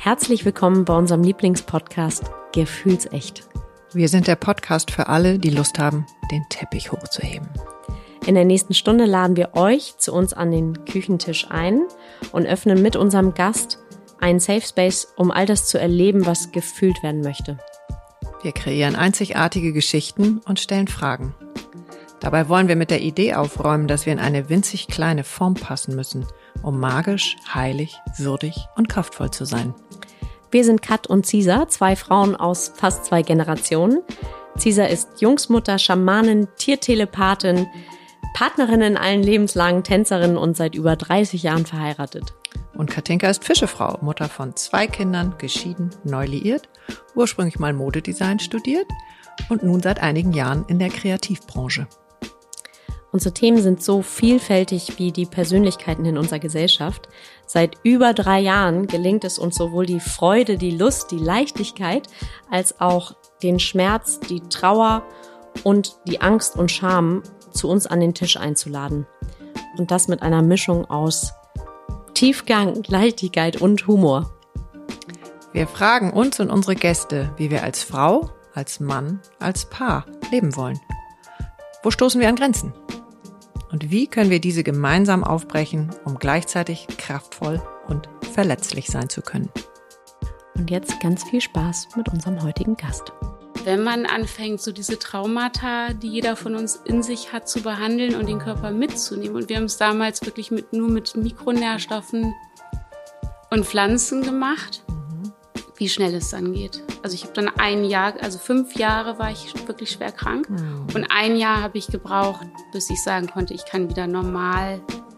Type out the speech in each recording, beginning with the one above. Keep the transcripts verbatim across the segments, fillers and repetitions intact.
Herzlich willkommen bei unserem Lieblingspodcast Gefühlsecht. Wir sind der Podcast für alle, die Lust haben, den Teppich hochzuheben. In der nächsten Stunde laden wir euch zu uns an den Küchentisch ein und öffnen mit unserem Gast einen Safe Space, um all das zu erleben, was gefühlt werden möchte. Wir kreieren einzigartige Geschichten und stellen Fragen. Dabei wollen wir mit der Idee aufräumen, dass wir in eine winzig kleine Form passen müssen, um magisch, heilig, würdig und kraftvoll zu sein. Wir sind Kat und Cisa, zwei Frauen aus fast zwei Generationen. Cisa ist Jungsmutter, Schamanin, Tiertelepathin, Partnerin in allen Lebenslagen, Tänzerin und seit über dreißig Jahren verheiratet. Und Katinka ist Fischefrau, Mutter von zwei Kindern, geschieden, neu liiert, ursprünglich mal Modedesign studiert und nun seit einigen Jahren in der Kreativbranche. Unsere Themen sind so vielfältig wie die Persönlichkeiten in unserer Gesellschaft. Seit über drei Jahren gelingt es uns sowohl die Freude, die Lust, die Leichtigkeit, als auch den Schmerz, die Trauer und die Angst und Scham zu uns an den Tisch einzuladen. Und das mit einer Mischung aus Tiefgang, Leichtigkeit und Humor. Wir fragen uns und unsere Gäste, wie wir als Frau, als Mann, als Paar leben wollen. Wo stoßen wir an Grenzen? Und wie können wir diese gemeinsam aufbrechen, um gleichzeitig kraftvoll und verletzlich sein zu können? Und jetzt ganz viel Spaß mit unserem heutigen Gast. Wenn man anfängt, so diese Traumata, die jeder von uns in sich hat, zu behandeln und den Körper mitzunehmen. Und wir haben es damals wirklich mit, nur mit Mikronährstoffen und Pflanzen gemacht, mhm. wie schnell es dann geht. Also ich habe dann ein Jahr, also fünf Jahre war ich wirklich schwer krank. Mhm. Und ein Jahr habe ich gebraucht, bis ich sagen konnte, ich kann wieder normal,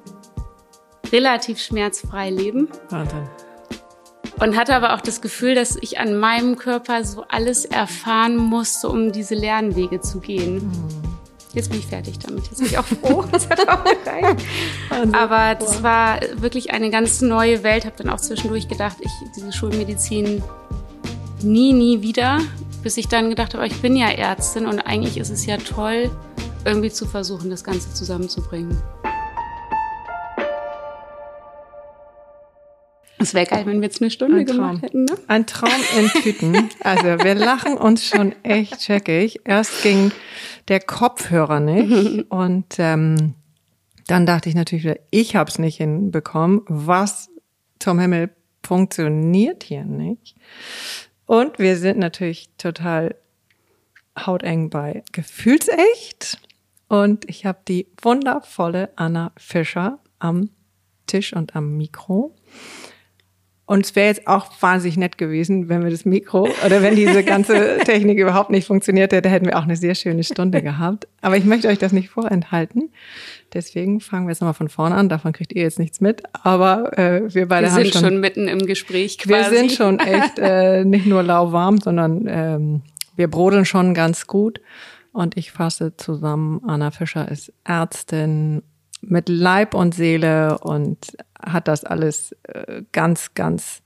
relativ schmerzfrei leben. Wahnsinn. Und hatte aber auch das Gefühl, dass ich an meinem Körper so alles erfahren musste, um diese Lernwege zu gehen. Mhm. Jetzt bin ich fertig damit. Jetzt bin ich auch froh. Das hat auch gereicht. Aber das war wirklich eine ganz neue Welt. Ich habe dann auch zwischendurch gedacht, ich diese Schulmedizin nie, nie wieder. Bis ich dann gedacht habe, ich bin ja Ärztin und eigentlich ist es ja toll, irgendwie zu versuchen, das Ganze zusammenzubringen. Es wäre geil, wenn wir jetzt eine Stunde ein gemacht hätten, ne? Ein Traum in Tüten. Also wir lachen uns schon echt checkig. Erst ging der Kopfhörer nicht und ähm, dann dachte ich natürlich wieder, ich habe es nicht hinbekommen. Was zum Himmel funktioniert hier nicht? Und wir sind natürlich total hauteng bei Gefühlsecht. Und ich habe die wundervolle Anna Fischer am Tisch und am Mikro. Und es wäre jetzt auch wahnsinnig nett gewesen, wenn wir das Mikro oder wenn diese ganze Technik überhaupt nicht funktioniert hätte, hätten wir auch eine sehr schöne Stunde gehabt. Aber ich möchte euch das nicht vorenthalten. Deswegen fangen wir jetzt nochmal von vorne an. Davon kriegt ihr jetzt nichts mit. Aber äh, wir beide wir haben sind schon, schon mitten im Gespräch quasi. Wir sind schon echt äh, nicht nur lauwarm, sondern ähm, wir brodeln schon ganz gut. Und ich fasse zusammen, Anna Fischer ist Ärztin mit Leib und Seele und hat das alles äh, ganz, ganz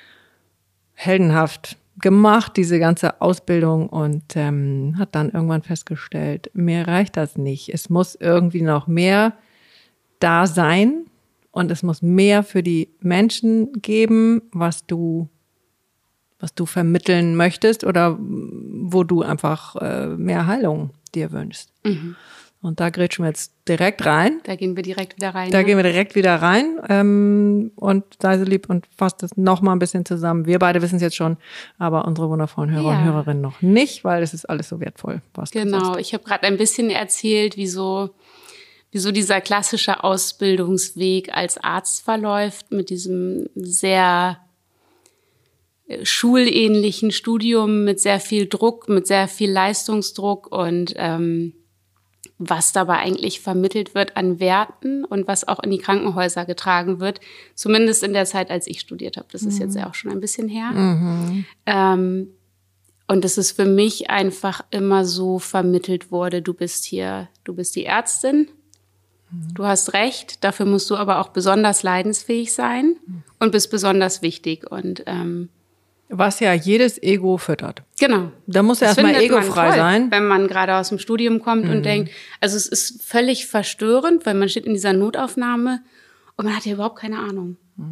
heldenhaft gemacht, diese ganze Ausbildung und ähm, hat dann irgendwann festgestellt, mir reicht das nicht. Es muss irgendwie noch mehr da sein und es muss mehr für die Menschen geben, was du, was du vermitteln möchtest oder wo du einfach äh, mehr Heilung dir wünschst. Mhm. Und da grätschen wir jetzt direkt rein. Da gehen wir direkt wieder rein. Da ne? gehen wir direkt wieder rein. Ähm, und sei so lieb und fasst das noch mal ein bisschen zusammen. Wir beide wissen es jetzt schon, aber unsere wundervollen Hörer ja. und Hörerinnen noch nicht, weil es ist alles so wertvoll, was du Genau, sagst. Ich habe gerade ein bisschen erzählt, wieso, wieso dieser klassische Ausbildungsweg als Arzt verläuft, mit diesem sehr schulähnlichen Studium, mit sehr viel Druck, mit sehr viel Leistungsdruck und ähm, was dabei eigentlich vermittelt wird an Werten und was auch in die Krankenhäuser getragen wird, zumindest in der Zeit, als ich studiert habe. Das ist mhm. jetzt ja auch schon ein bisschen her. Mhm. Ähm, und es ist für mich einfach immer so vermittelt wurde, du bist hier, du bist die Ärztin, mhm. du hast recht, dafür musst du aber auch besonders leidensfähig sein mhm. und bist besonders wichtig. Und ähm, was ja jedes Ego füttert. Genau. Da muss ja erstmal egofrei sein. Wenn man gerade aus dem Studium kommt mhm. und denkt, also es ist völlig verstörend, weil man steht in dieser Notaufnahme und man hat ja überhaupt keine Ahnung. Mhm.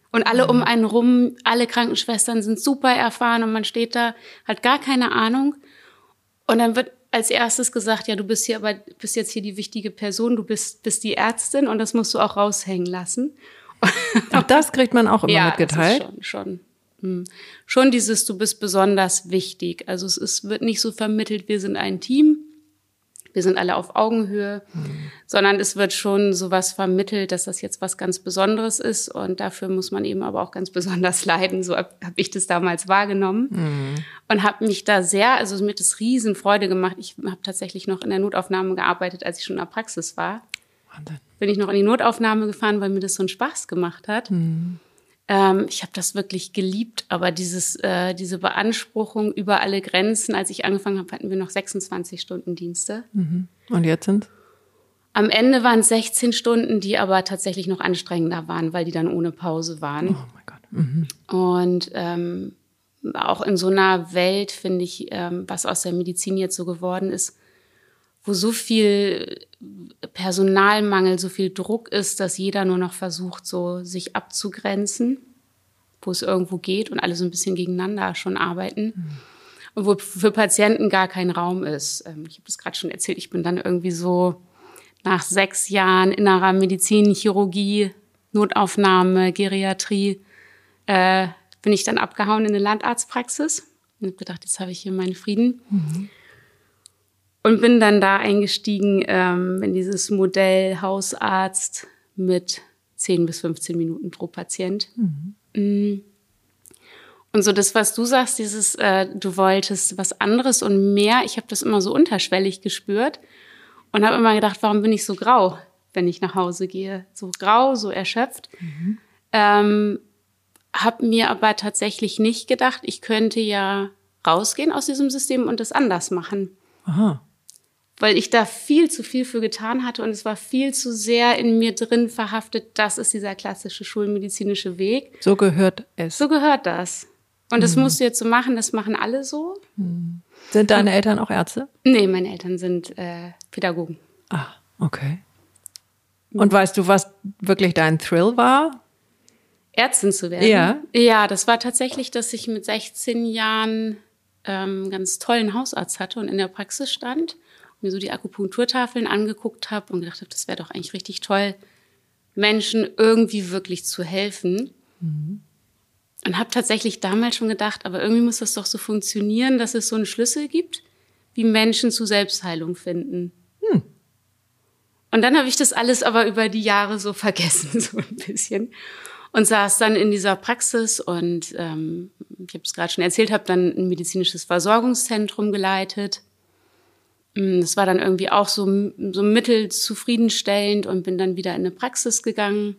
Und alle um einen rum, alle Krankenschwestern sind super erfahren und man steht da, hat gar keine Ahnung. Und dann wird als erstes gesagt, ja, du bist hier, aber bist jetzt hier die wichtige Person, du bist, bist die Ärztin und das musst du auch raushängen lassen. Auch das kriegt man auch immer ja, mitgeteilt? Das ist schon, schon. Hm. Schon dieses, du bist besonders wichtig. Also es ist, wird nicht so vermittelt, wir sind ein Team, wir sind alle auf Augenhöhe, hm. sondern es wird schon sowas vermittelt, dass das jetzt was ganz Besonderes ist und dafür muss man eben aber auch ganz besonders leiden. So habe hab ich das damals wahrgenommen hm. und habe mich da sehr, also mir hat das riesen Freude gemacht. Ich habe tatsächlich noch in der Notaufnahme gearbeitet, als ich schon in der Praxis war. Wahnsinn. Bin ich noch in die Notaufnahme gefahren, weil mir das so einen Spaß gemacht hat. Hm. Ähm, ich habe das wirklich geliebt, aber dieses, äh, diese Beanspruchung über alle Grenzen, als ich angefangen habe, hatten wir noch sechsundzwanzig Stunden Dienste. Mhm. Und jetzt sind? Am Ende waren es sechzehn Stunden, die aber tatsächlich noch anstrengender waren, weil die dann ohne Pause waren. Oh mein Gott. Mhm. Und ähm, auch in so einer Welt, finde ich, ähm, was aus der Medizin jetzt so geworden ist, wo so viel Personalmangel, so viel Druck ist, dass jeder nur noch versucht, so sich abzugrenzen, wo es irgendwo geht und alle so ein bisschen gegeneinander schon arbeiten. Mhm. Und wo für Patienten gar kein Raum ist. Ich habe das gerade schon erzählt, ich bin dann irgendwie so nach sechs Jahren innerer Medizin, Chirurgie, Notaufnahme, Geriatrie, äh, bin ich dann abgehauen in eine Landarztpraxis und habe gedacht, jetzt habe ich hier meinen Frieden. Mhm. Und bin dann da eingestiegen ähm, in dieses Modell Hausarzt mit zehn bis fünfzehn Minuten pro Patient. Mhm. Und so das, was du sagst, dieses, äh, du wolltest was anderes und mehr, ich habe das immer so unterschwellig gespürt und habe immer gedacht, warum bin ich so grau, wenn ich nach Hause gehe? So grau, so erschöpft. Mhm. Ähm, habe mir aber tatsächlich nicht gedacht, ich könnte ja rausgehen aus diesem System und das anders machen. Aha. Weil ich da viel zu viel für getan hatte und es war viel zu sehr in mir drin verhaftet, das ist dieser klassische schulmedizinische Weg. So gehört es. So gehört das. Und das mhm. musst du jetzt so machen, das machen alle so. Mhm. Sind deine und, Eltern auch Ärzte? Nee, meine Eltern sind äh, Pädagogen. Ah, okay. Und weißt du, was wirklich dein Thrill war? Ärztin zu werden? Ja. Ja, das war tatsächlich, dass ich mit sechzehn Jahren ähm, einen ganz tollen Hausarzt hatte und in der Praxis stand. Mir so die Akupunkturtafeln angeguckt habe und gedacht habe, das wäre doch eigentlich richtig toll, Menschen irgendwie wirklich zu helfen. Mhm. Und habe tatsächlich damals schon gedacht, aber irgendwie muss das doch so funktionieren, dass es so einen Schlüssel gibt, wie Menschen zu Selbstheilung finden. Hm. Und dann habe ich das alles aber über die Jahre so vergessen, so ein bisschen. Und saß dann in dieser Praxis und ähm, ich habe es gerade schon erzählt, habe dann ein medizinisches Versorgungszentrum geleitet. Das war dann irgendwie auch so, so mittelzufriedenstellend und bin dann wieder in eine Praxis gegangen.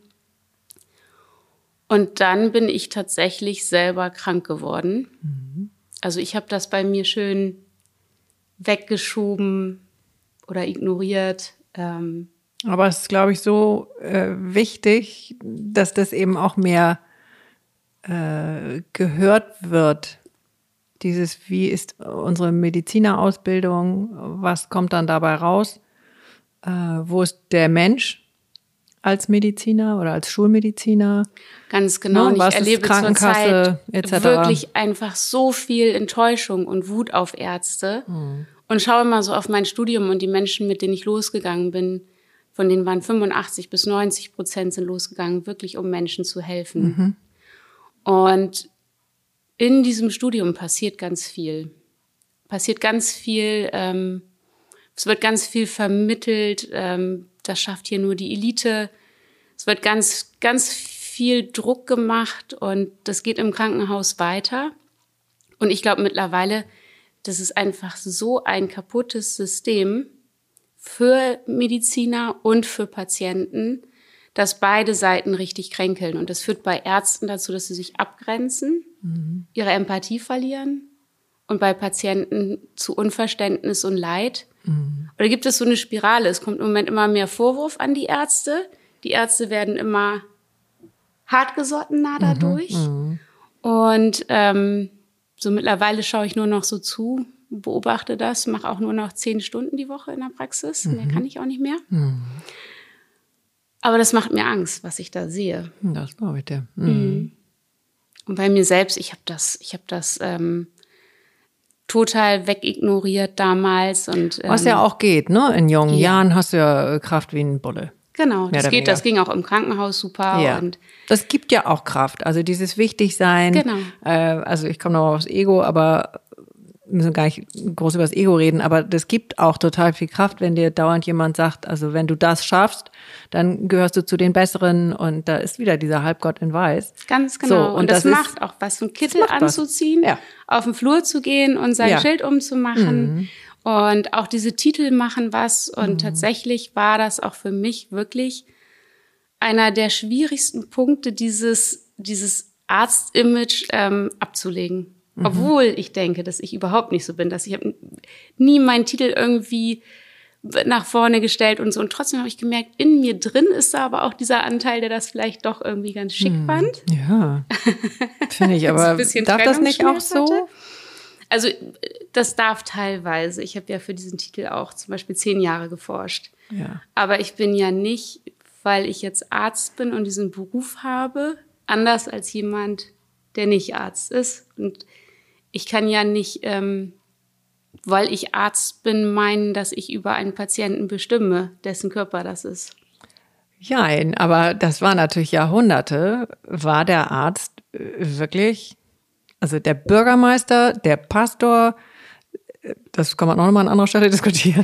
Und dann bin ich tatsächlich selber krank geworden. Mhm. Also ich habe das bei mir schön weggeschoben oder ignoriert. Ähm Aber es ist, glaube ich, so äh, wichtig, dass das eben auch mehr äh, gehört wird. Dieses, wie ist unsere Medizinerausbildung, was kommt dann dabei raus? Äh, wo ist der Mensch als Mediziner oder als Schulmediziner? Ganz genau. Ne? Und was ich erlebe ist Krankenkasse et cetera wirklich einfach so viel Enttäuschung und Wut auf Ärzte. Hm. Und schaue mal so auf mein Studium und die Menschen, mit denen ich losgegangen bin, von denen waren fünfundachtzig bis neunzig Prozent sind losgegangen, wirklich um Menschen zu helfen. Mhm. Und in diesem Studium passiert ganz viel. Passiert ganz viel, ähm, es wird ganz viel vermittelt, ähm, das schafft hier nur die Elite. Es wird ganz, ganz viel Druck gemacht und das geht im Krankenhaus weiter. Und ich glaube mittlerweile, das ist einfach so ein kaputtes System für Mediziner und für Patienten, dass beide Seiten richtig kränkeln. Und das führt bei Ärzten dazu, dass sie sich abgrenzen, mhm. ihre Empathie verlieren und bei Patienten zu Unverständnis und Leid. Mhm. Oder gibt es so eine Spirale? Es kommt im Moment immer mehr Vorwurf an die Ärzte. Die Ärzte werden immer hartgesottener dadurch. Mhm. Und ähm, so mittlerweile schaue ich nur noch so zu, beobachte das, mache auch nur noch zehn Stunden die Woche in der Praxis. Mhm. Mehr kann ich auch nicht mehr. Mhm. Aber das macht mir Angst, was ich da sehe. Das glaube ich dir. Mhm. Und bei mir selbst, ich habe das, ich habe das ähm, total wegignoriert damals. Und, ähm, was ja auch geht, ne? In jungen ja. Jahren hast du ja Kraft wie ein Bulle. Genau, das geht, weniger. Das ging auch im Krankenhaus super. Ja. Und das gibt ja auch Kraft. Also dieses Wichtigsein. Genau. Äh, also ich komme noch mal aufs Ego, aber wir müssen gar nicht groß über das Ego reden, aber das gibt auch total viel Kraft, wenn dir dauernd jemand sagt, also wenn du das schaffst, dann gehörst du zu den Besseren und da ist wieder dieser Halbgott in Weiß. Ganz genau. So, und, und das, das macht ist, auch was, so ein Kittel anzuziehen, ja. auf den Flur zu gehen und sein Ja. Schild umzumachen. Mhm. Und auch diese Titel machen was. Und mhm. tatsächlich war das auch für mich wirklich einer der schwierigsten Punkte, dieses, dieses Arzt-Image ähm, abzulegen. Mhm. Obwohl ich denke, dass ich überhaupt nicht so bin, dass ich habe nie meinen Titel irgendwie nach vorne gestellt und so. Und trotzdem habe ich gemerkt, in mir drin ist da aber auch dieser Anteil, der das vielleicht doch irgendwie ganz schick hm. fand. Ja, finde ich, aber darf das nicht auch so? Hatte. Also das darf teilweise. Ich habe ja für diesen Titel auch zum Beispiel zehn Jahre geforscht. Ja. Aber ich bin ja nicht, weil ich jetzt Arzt bin und diesen Beruf habe, anders als jemand, der nicht Arzt ist. Und ich kann ja nicht, ähm, weil ich Arzt bin, meinen, dass ich über einen Patienten bestimme, dessen Körper das ist. Ja, aber das war natürlich Jahrhunderte, war der Arzt wirklich, also der Bürgermeister, der Pastor, das kann man auch nochmal an anderer Stelle diskutieren,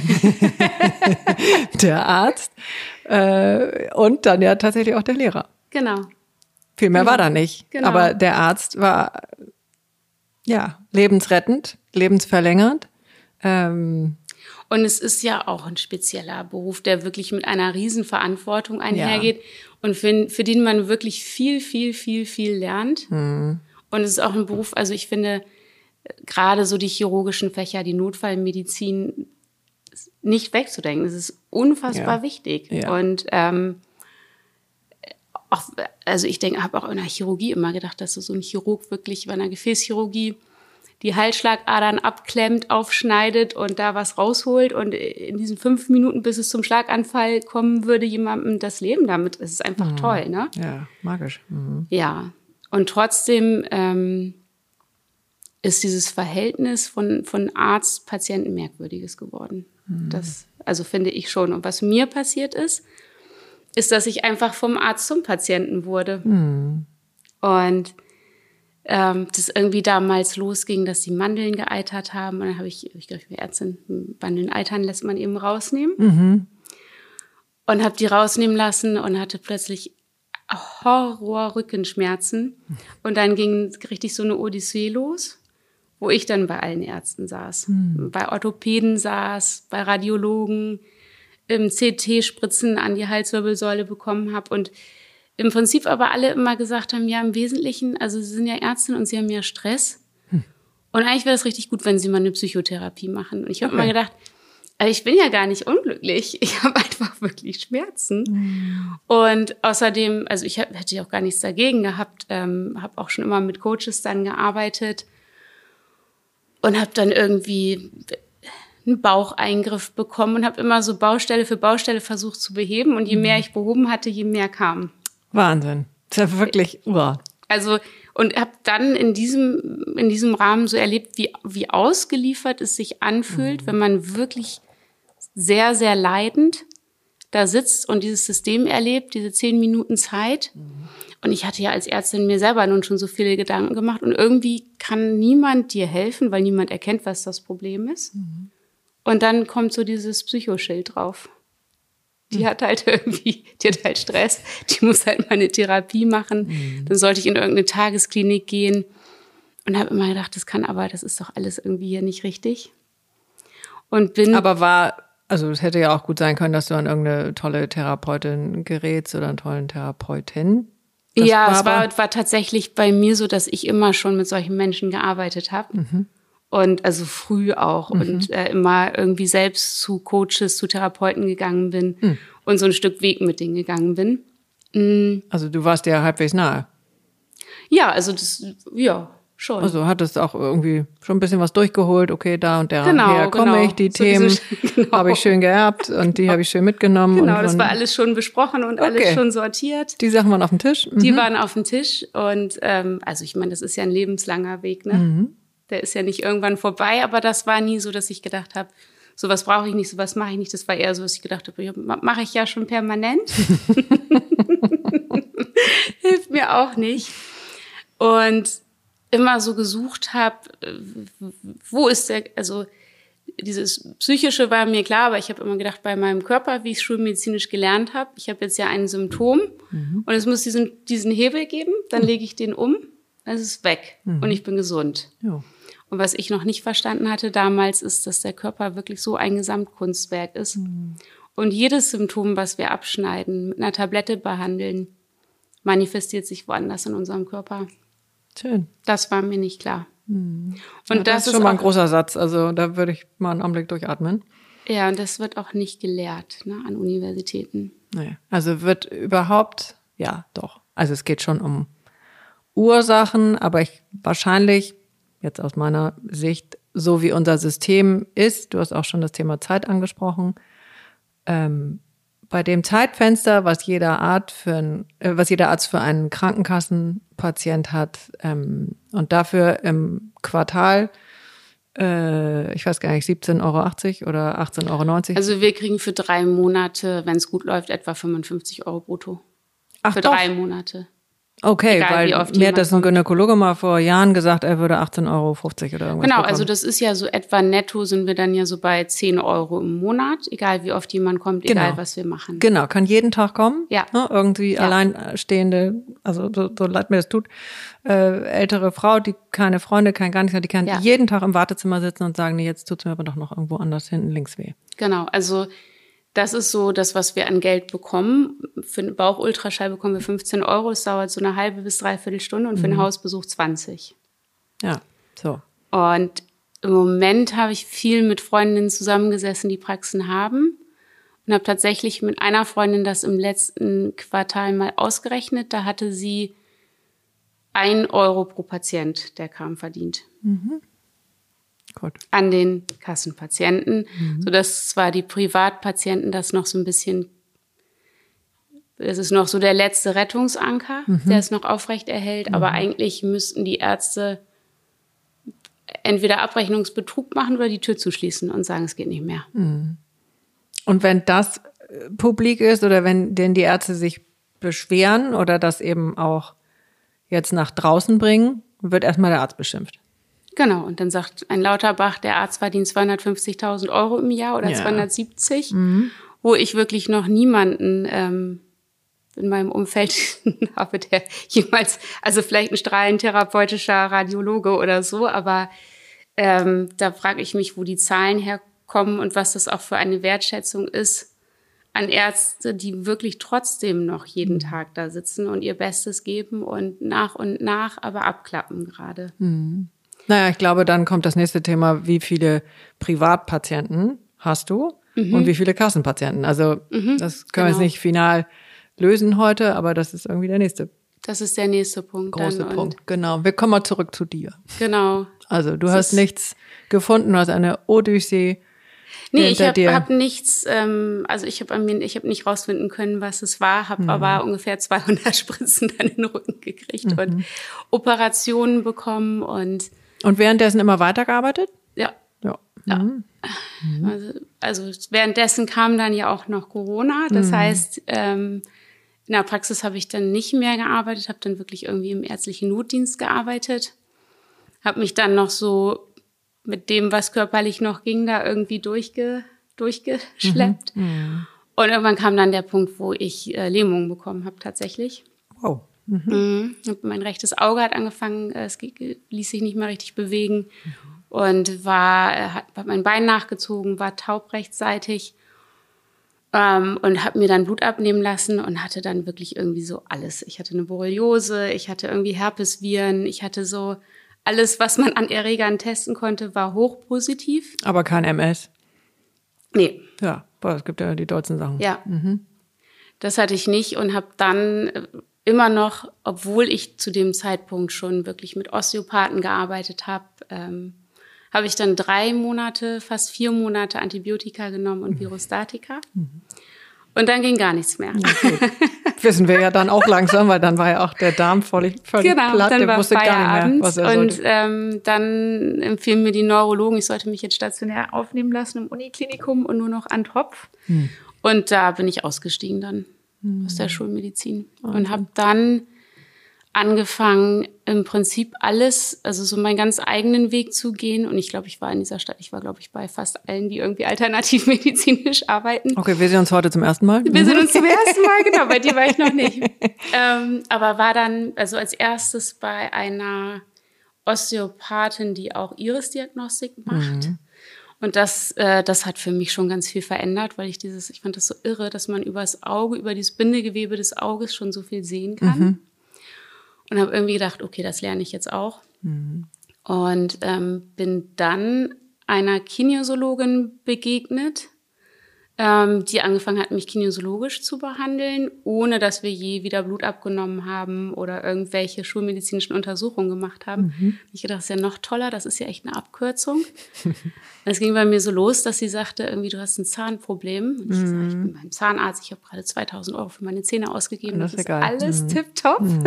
der Arzt äh, und dann ja tatsächlich auch der Lehrer. Genau. Viel mehr genau. war da nicht, genau. aber der Arzt war ja lebensrettend, lebensverlängernd. Ähm, Und es ist ja auch ein spezieller Beruf, der wirklich mit einer Riesenverantwortung einhergeht ja. und für, für den man wirklich viel, viel, viel, viel lernt. Mhm. Und es ist auch ein Beruf, also ich finde, gerade so die chirurgischen Fächer, die Notfallmedizin, nicht wegzudenken. Es ist unfassbar ja. wichtig. Ja. Und ähm, auch, also ich denke, habe auch in der Chirurgie immer gedacht, dass so ein Chirurg wirklich bei einer Gefäßchirurgie die Halsschlagadern abklemmt, aufschneidet und da was rausholt und in diesen fünf Minuten, bis es zum Schlaganfall kommen würde, jemandem das Leben damit. Es ist einfach mhm. toll, ne? Ja, magisch. Mhm. Ja, und trotzdem ähm, ist dieses Verhältnis von, von Arzt-Patienten merkwürdiges geworden. Mhm. Das, also finde ich schon. Und was mir passiert ist, ist, dass ich einfach vom Arzt zum Patienten wurde. Mhm. Und ähm, das irgendwie damals losging, dass die Mandeln geeitert haben. Und dann habe ich, ich glaube, ich bin Ärztin, Mandeln eitern lässt man eben rausnehmen. Mhm. Und habe die rausnehmen lassen und hatte plötzlich Horror-Rückenschmerzen. Und dann ging richtig so eine Odyssee los, wo ich dann bei allen Ärzten saß. Mhm. Bei Orthopäden saß, bei Radiologen, im C T-Spritzen an die Halswirbelsäule bekommen habe und im Prinzip aber alle immer gesagt haben, ja, im Wesentlichen, also Sie sind ja Ärztin und Sie haben ja Stress. Hm. Und eigentlich wäre es richtig gut, wenn Sie mal eine Psychotherapie machen. Und ich habe okay. immer gedacht, also ich bin ja gar nicht unglücklich. Ich habe einfach wirklich Schmerzen. Hm. Und außerdem, also ich hab, hätte auch gar nichts dagegen gehabt, ähm, habe auch schon immer mit Coaches dann gearbeitet und habe dann irgendwie einen Baucheingriff bekommen und habe immer so Baustelle für Baustelle versucht zu beheben. Und je mehr ich behoben hatte, je mehr kam. Wahnsinn. Das ist ja wirklich, uah. Also, und habe dann in diesem, in diesem Rahmen so erlebt, wie, wie ausgeliefert es sich anfühlt, mhm. wenn man wirklich sehr, sehr leidend da sitzt und dieses System erlebt, diese zehn Minuten Zeit. Mhm. Und ich hatte ja als Ärztin mir selber nun schon so viele Gedanken gemacht. Und irgendwie kann niemand dir helfen, weil niemand erkennt, was das Problem ist. Mhm. Und dann kommt so dieses Psychoschild drauf. Die hat halt irgendwie, die hat halt Stress, die muss halt mal eine Therapie machen. Mhm. Dann sollte ich in irgendeine Tagesklinik gehen und habe immer gedacht, das kann aber, das ist doch alles irgendwie hier nicht richtig. Und bin. Aber war, also es hätte ja auch gut sein können, dass du an irgendeine tolle Therapeutin gerätst oder einen tollen Therapeutin. Das ja, war es war, war tatsächlich bei mir so, dass ich immer schon mit solchen Menschen gearbeitet habe. Mhm. Und also früh auch mhm. und äh, immer irgendwie selbst zu Coaches, zu Therapeuten gegangen bin mhm. und so ein Stück Weg mit denen gegangen bin. Mhm. Also du warst ja halbwegs nahe. Ja, also das, ja, schon. Also hattest auch irgendwie schon ein bisschen was durchgeholt. Okay, da und der genau, her komme genau. ich. Die so Themen genau. habe ich schön geerbt und die habe ich schön mitgenommen. Genau, und das von, war alles schon besprochen und okay. alles schon sortiert. Die Sachen waren auf dem Tisch? Mhm. Die waren auf dem Tisch und ähm, also ich meine, das ist ja ein lebenslanger Weg, ne? Mhm. Der ist ja nicht irgendwann vorbei, aber das war nie so, dass ich gedacht habe, sowas brauche ich nicht, sowas mache ich nicht. Das war eher so, dass ich gedacht habe, ja, mache ich ja schon permanent. Hilft mir auch nicht. Und immer so gesucht habe, wo ist der, also dieses Psychische war mir klar, aber ich habe immer gedacht, bei meinem Körper, wie ich es schulmedizinisch gelernt habe, ich habe jetzt ja ein Symptom mhm. und es muss diesen, diesen Hebel geben, dann lege ich den um, dann ist es weg mhm. und ich bin gesund. Ja. Und was ich noch nicht verstanden hatte damals, ist, dass der Körper wirklich so ein Gesamtkunstwerk ist. Mhm. Und jedes Symptom, was wir abschneiden, mit einer Tablette behandeln, manifestiert sich woanders in unserem Körper. Schön. Das war mir nicht klar. Mhm. Und ja, das, das ist schon ist mal ein auch, großer Satz. Also da würde ich mal einen Augenblick durchatmen. Ja, und das wird auch nicht gelehrt, ne, an Universitäten. Nee. Also wird überhaupt, ja, doch. Also es geht schon um Ursachen, aber ich wahrscheinlich, jetzt aus meiner Sicht, so wie unser System ist, du hast auch schon das Thema Zeit angesprochen, ähm, bei dem Zeitfenster, was jeder Art für ein, äh, was jeder Arzt für einen Krankenkassenpatient hat, ähm, und dafür im Quartal, äh, ich weiß gar nicht, siebzehn Euro achtzig oder achtzehn Euro neunzig. Also wir kriegen für drei Monate, wenn es gut läuft, etwa fünfundfünfzig Euro brutto. Ach, für doch. drei Monate. Okay, Egal, weil wie oft mir hat jemand das ein kommt. Gynäkologe mal vor Jahren gesagt, er würde achtzehn Euro fünfzig oder irgendwas Genau, bekommen. also das ist ja so etwa netto sind wir dann ja so bei zehn Euro im Monat, egal wie oft jemand kommt, egal Genau. was wir machen. Genau, kann jeden Tag kommen. Ja. Ne, irgendwie Ja. alleinstehende, also so, so leid mir das tut, äh, ältere Frau, die keine Freunde, kein gar nichts hat, die kann Ja. jeden Tag im Wartezimmer sitzen und sagen, nee, jetzt tut's mir aber doch noch irgendwo anders hinten links weh. Genau, also das ist so das, was wir an Geld bekommen. Für einen Bauchultraschall bekommen wir fünfzehn Euro. Es dauert so eine halbe bis dreiviertel Stunde und für einen Hausbesuch zwanzig. Ja, so. Und im Moment habe ich viel mit Freundinnen zusammengesessen, die Praxen haben. Und habe tatsächlich mit einer Freundin das im letzten Quartal mal ausgerechnet. Da hatte sie ein Euro pro Patient, der kam, verdient. Gut. An den Kassenpatienten, mhm. sodass zwar die Privatpatienten das noch so ein bisschen, das ist noch so der letzte Rettungsanker, mhm. der es noch aufrecht erhält, mhm. aber eigentlich müssten die Ärzte entweder Abrechnungsbetrug machen oder die Tür zuschließen und sagen, es geht nicht mehr. Mhm. Und wenn das publik ist oder wenn denn die Ärzte sich beschweren oder das eben auch jetzt nach draußen bringen, wird erstmal der Arzt beschimpft. Genau, und dann sagt ein Lauterbach, der Arzt verdient zweihundertfünfzigtausend Euro im Jahr oder ja. zweihundertsiebzig, Mhm. wo ich wirklich noch niemanden ähm, in meinem Umfeld habe, der jemals, also vielleicht ein strahlentherapeutischer Radiologe oder so, aber ähm, da frage ich mich, wo die Zahlen herkommen und was das auch für eine Wertschätzung ist an Ärzte, die wirklich trotzdem noch jeden mhm. Tag da sitzen und ihr Bestes geben und nach und nach aber abklappen gerade. Mhm. Naja, ich glaube, dann kommt das nächste Thema, wie viele Privatpatienten hast du mhm. und wie viele Kassenpatienten? Also mhm, das können wir genau. jetzt nicht final lösen heute, aber das ist irgendwie der nächste Das ist der nächste Punkt. große dann. Punkt. Genau, wir kommen mal zurück zu dir. Genau. Also du Das hast ist- nichts gefunden, du hast eine Odyssee Nee, ich hinter habe dir. hab nichts, ähm, also ich habe mir, ich habe nicht rausfinden können, was es war, habe Mhm. aber ungefähr zweihundert Spritzen dann in den Rücken gekriegt Mhm. und Operationen bekommen und Und währenddessen immer weitergearbeitet? ja, Ja. Ja. Mhm. also, also währenddessen kam dann ja auch noch Corona. Das Mhm. heißt, ähm, in der Praxis habe ich dann nicht mehr gearbeitet, habe dann wirklich irgendwie im ärztlichen Notdienst gearbeitet, habe mich dann noch so mit dem, was körperlich noch ging, da irgendwie durchge, durchgeschleppt. Mhm. Und irgendwann kam dann der Punkt, wo ich äh, Lähmung bekommen habe tatsächlich. Wow. Mhm. Mhm. Und mein rechtes Auge hat angefangen, äh, es ge- ließ sich nicht mehr richtig bewegen und war, äh, hat, hat mein Bein nachgezogen, war taub rechtsseitig ähm, und habe mir dann Blut abnehmen lassen und hatte dann wirklich irgendwie so alles. Ich hatte eine Borreliose, ich hatte irgendwie Herpesviren, ich hatte so alles, was man an Erregern testen konnte, war hochpositiv. Aber kein M S. Nee, Ja, boah, es gibt ja die deutschen Sachen. ja. Das hatte ich nicht und habe dann äh, immer noch, obwohl ich zu dem Zeitpunkt schon wirklich mit Osteopathen gearbeitet habe, ähm, habe ich dann drei Monate, fast vier Monate Antibiotika genommen und Virostatika. Mhm. Und dann ging gar nichts mehr. Okay. Wissen wir ja dann auch langsam, weil dann war ja auch der Darm völlig, völlig genau, platt, dann der war wusste gar nicht mehr, was er und sollte. ähm, dann empfehlen mir die Neurologen, ich sollte mich jetzt stationär aufnehmen lassen im Uniklinikum und nur noch an Tropf. Hm. Und da bin ich ausgestiegen dann hm. aus der Schulmedizin okay. und habe dann angefangen, im Prinzip alles, also so meinen ganz eigenen Weg zu gehen. Und ich glaube, ich war in dieser Stadt, ich war, glaube ich, bei fast allen, die irgendwie alternativmedizinisch arbeiten. Okay, wir sehen uns heute zum ersten Mal. Wir sehen uns zum ersten Mal, genau, bei dir war ich noch nicht. ähm, aber war dann, also als erstes bei einer Osteopathin, die auch Iris-Diagnostik macht. Mhm. Und das, äh, das hat für mich schon ganz viel verändert, weil ich dieses, ich fand das so irre, dass man über das Auge, über dieses Bindegewebe des Auges schon so viel sehen kann. Mhm. Und habe irgendwie gedacht, okay, das lerne ich jetzt auch. Mhm. Und ähm, bin dann einer Kinesiologin begegnet, ähm, die angefangen hat, mich kinesiologisch zu behandeln, ohne dass wir je wieder Blut abgenommen haben oder irgendwelche schulmedizinischen Untersuchungen gemacht haben. Mhm. Ich dachte, das ist ja noch toller, das ist ja echt eine Abkürzung. Es ging bei mir so los, dass sie sagte, irgendwie, du hast ein Zahnproblem. Und ich mhm. sage, ich bin beim Zahnarzt, ich habe gerade zweitausend Euro für meine Zähne ausgegeben, das, das ist, ist alles mhm. tipptopp. Mhm.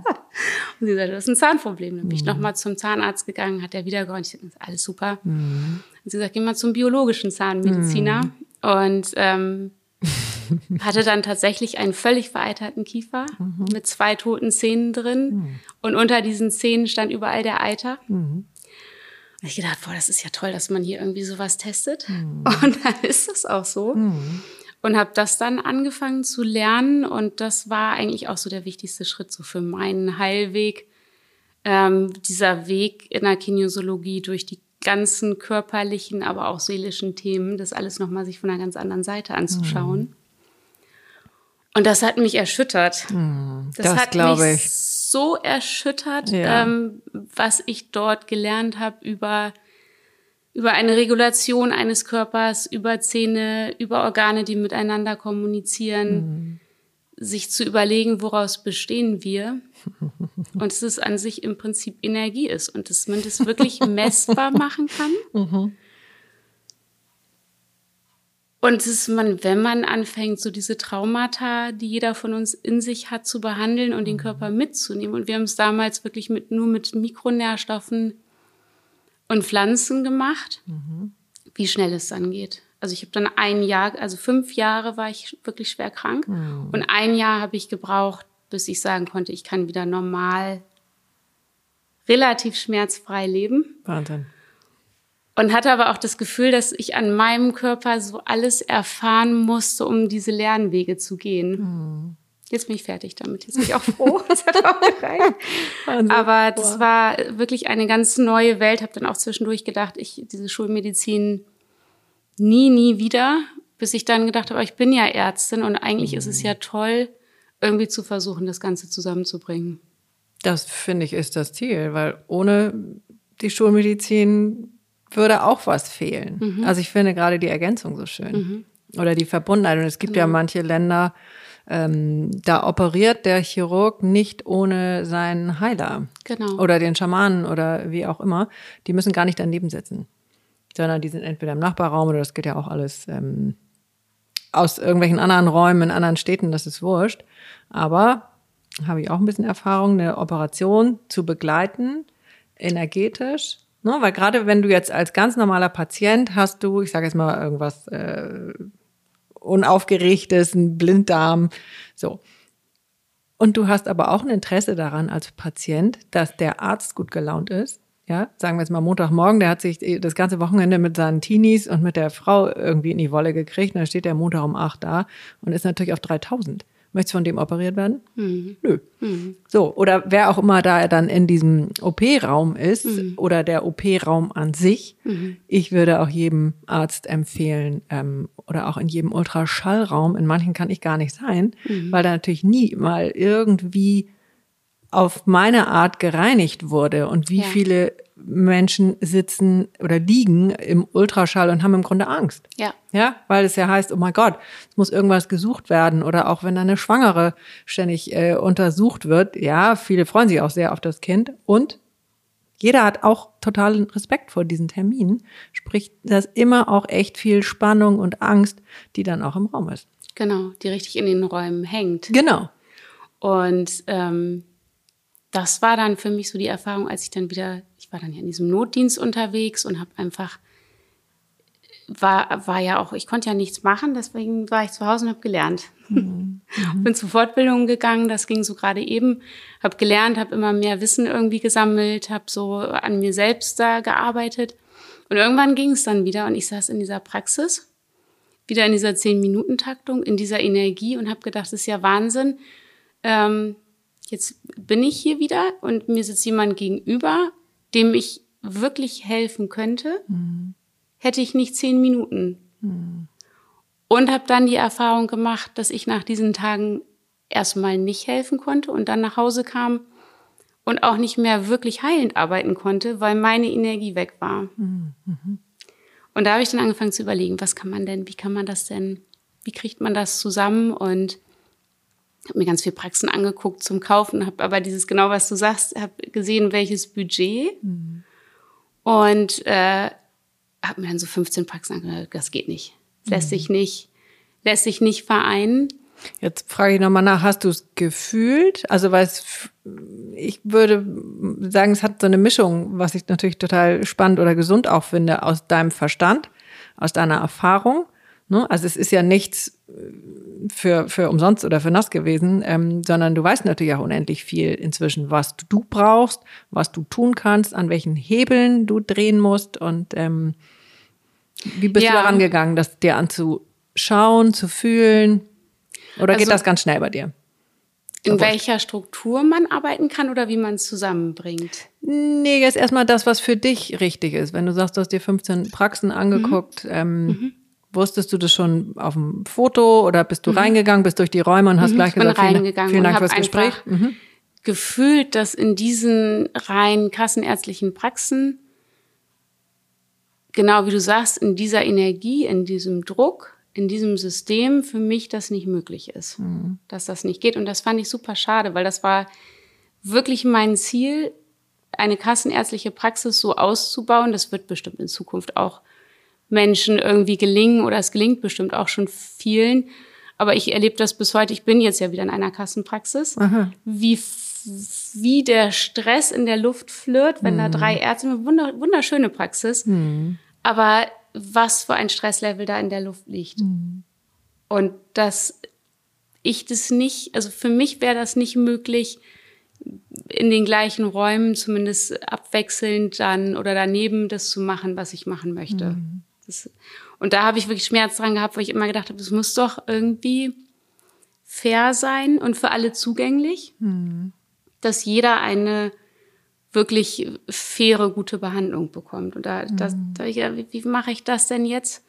Und sie sagte, du hast ein Zahnproblem. Dann bin ich mhm. nochmal zum Zahnarzt gegangen, hat er wieder geräumt. Ich sagte, alles super. Mhm. Und sie sagt, geh mal zum biologischen Zahnmediziner. Mhm. Und ähm, hatte dann tatsächlich einen völlig vereiterten Kiefer mhm. mit zwei toten Zähnen drin. Mhm. Und unter diesen Zähnen stand überall der Eiter. Mhm. Und ich gedacht, boah, das ist ja toll, dass man hier irgendwie sowas testet. Mhm. Und dann ist das auch so. Mhm. Und habe das dann angefangen zu lernen. Und das war eigentlich auch so der wichtigste Schritt so für meinen Heilweg. Ähm, dieser Weg in der Kinesiologie durch die ganzen körperlichen, aber auch seelischen Themen, das alles nochmal sich von einer ganz anderen Seite anzuschauen. Mhm. Und das hat mich erschüttert. Mhm, das, das hat mich ich. so erschüttert, ja. ähm, was ich dort gelernt habe über, über eine Regulation eines Körpers, über Zähne, über Organe, die miteinander kommunizieren, mhm. sich zu überlegen, woraus bestehen wir. Und dass es an sich im Prinzip Energie ist und dass man das wirklich messbar machen kann. Mhm. Und dass man, wenn man anfängt, so diese Traumata, die jeder von uns in sich hat, zu behandeln und den Körper mitzunehmen. Und wir haben es damals wirklich mit, nur mit Mikronährstoffen und Pflanzen gemacht, mhm. wie schnell es dann geht. Also ich habe dann ein Jahr, also fünf Jahre war ich wirklich schwer krank. Mhm. Und ein Jahr habe ich gebraucht, bis ich sagen konnte, ich kann wieder normal, relativ schmerzfrei leben. Wahnsinn. Und hatte aber auch das Gefühl, dass ich an meinem Körper so alles erfahren musste, um diese Lernwege zu gehen. Mhm. Jetzt bin ich fertig damit. Jetzt bin ich auch froh. Das hat auch gereicht. Wahnsinn. Aber das Boah. war wirklich eine ganz neue Welt. Habe dann auch zwischendurch gedacht, ich diese Schulmedizin nie, nie wieder. Bis ich dann gedacht habe, ich bin ja Ärztin und eigentlich mhm. ist es ja toll, irgendwie zu versuchen, das Ganze zusammenzubringen. Das, finde ich, ist das Ziel, weil ohne die Schulmedizin würde auch was fehlen. Mhm. Also ich finde gerade die Ergänzung so schön. Mhm. Oder die Verbundenheit. Und es gibt genau. ja manche Länder, ähm, da operiert der Chirurg nicht ohne seinen Heiler. Genau. Oder den Schamanen oder wie auch immer. Die müssen gar nicht daneben sitzen. Sondern die sind entweder im Nachbarraum oder das geht ja auch alles ähm, aus irgendwelchen anderen Räumen in anderen Städten, das ist wurscht. Aber habe ich auch ein bisschen Erfahrung, eine Operation zu begleiten, energetisch. Ne? Weil gerade wenn du jetzt als ganz normaler Patient hast du, ich sage jetzt mal irgendwas äh, Unaufgeregtes, einen Blinddarm, so. Und du hast aber auch ein Interesse daran als Patient, dass der Arzt gut gelaunt ist. Ja, sagen wir jetzt mal Montagmorgen, der hat sich das ganze Wochenende mit seinen Teenies und mit der Frau irgendwie in die Wolle gekriegt. Und dann steht der Montag um acht da und ist natürlich auf dreitausend. Möchtest du von dem operiert werden? Mhm. Nö. Mhm. So, oder wer auch immer da dann in diesem O P-Raum ist mhm. oder der O P-Raum an sich. Mhm. Ich würde auch jedem Arzt empfehlen ähm, oder auch in jedem Ultraschallraum, in manchen kann ich gar nicht sein, mhm. weil da natürlich nie mal irgendwie auf meine Art gereinigt wurde und wie ja. viele Menschen sitzen oder liegen im Ultraschall und haben im Grunde Angst. Ja. Ja, weil es ja heißt, oh mein Gott, es muss irgendwas gesucht werden. Oder auch wenn eine Schwangere ständig äh, untersucht wird. Ja, viele freuen sich auch sehr auf das Kind. Und jeder hat auch totalen Respekt vor diesen Terminen. Sprich, da ist immer auch echt viel Spannung und Angst, die dann auch im Raum ist. Genau, die richtig in den Räumen hängt. Genau. Und ähm, das war dann für mich so die Erfahrung, als ich dann wieder, ich war dann ja in diesem Notdienst unterwegs und habe einfach, war war ja auch, ich konnte ja nichts machen, deswegen war ich zu Hause und habe gelernt. Mhm. Bin zu Fortbildungen gegangen, das ging so gerade eben, habe gelernt, habe immer mehr Wissen irgendwie gesammelt, habe so an mir selbst da gearbeitet. Und irgendwann ging es dann wieder und ich saß in dieser Praxis, wieder in dieser zehn-Minuten-Taktung, in dieser Energie und habe gedacht, das ist ja Wahnsinn. Ähm, jetzt bin ich hier wieder und mir sitzt jemand gegenüber, dem ich wirklich helfen könnte, mhm. hätte ich nicht zehn Minuten. Mhm. Und habe dann die Erfahrung gemacht, dass ich nach diesen Tagen erstmal nicht helfen konnte und dann nach Hause kam und auch nicht mehr wirklich heilend arbeiten konnte, weil meine Energie weg war. Mhm. Und da habe ich dann angefangen zu überlegen, was kann man denn, wie kann man das denn, wie kriegt man das zusammen? Und habe mir ganz viel Praxen angeguckt zum Kaufen, habe aber dieses, genau was du sagst, habe gesehen, welches Budget. Mhm. Und äh, habe mir dann so fünfzehn Praxen angeguckt, das geht nicht. Lässt sich nicht, lässt sich nicht vereinen. Jetzt frage ich nochmal nach, hast du es gefühlt? Also, weil es, ich würde sagen, es hat so eine Mischung, was ich natürlich total spannend oder gesund auch finde, aus deinem Verstand, aus deiner Erfahrung. Ne? Also es ist ja nichts für, für umsonst oder für nass gewesen, ähm, sondern du weißt natürlich auch unendlich viel inzwischen, was du brauchst, was du tun kannst, an welchen Hebeln du drehen musst und ähm, wie bist ja. du daran gegangen, das dir anzuschauen, zu fühlen? Oder geht also, das ganz schnell bei dir? In welcher Struktur man arbeiten kann oder wie man es zusammenbringt? Nee, jetzt erstmal das, was für dich richtig ist. Wenn du sagst, du hast dir fünfzehn Praxen angeguckt, mhm. Ähm, mhm. wusstest du das schon auf dem Foto oder bist du mhm. reingegangen, bist durch die Räume und hast mhm. gleich gesagt, vielen, vielen Dank fürs Gespräch? Mhm. Gefühlt, dass in diesen rein kassenärztlichen Praxen, genau wie du sagst, in dieser Energie, in diesem Druck, in diesem System für mich das nicht möglich ist, mhm. dass das nicht geht. Und das fand ich super schade, weil das war wirklich mein Ziel, eine kassenärztliche Praxis so auszubauen. Das wird bestimmt in Zukunft auch Menschen irgendwie gelingen oder es gelingt bestimmt auch schon vielen. Aber ich erlebe das bis heute. Ich bin jetzt ja wieder in einer Kassenpraxis. Aha. Wie wie der Stress in der Luft flirrt, wenn mhm. da drei Ärzte, wunderschöne Praxis, mhm. aber was für ein Stresslevel da in der Luft liegt. Mhm. Und dass ich das nicht, also für mich wäre das nicht möglich, in den gleichen Räumen zumindest abwechselnd dann oder daneben das zu machen, was ich machen möchte. Mhm. Das, und da habe ich wirklich Schmerz dran gehabt, weil ich immer gedacht habe, das muss doch irgendwie fair sein und für alle zugänglich, mhm. dass jeder eine wirklich faire, gute Behandlung bekommt. Und da, das, da ich, wie, wie mache ich das denn jetzt,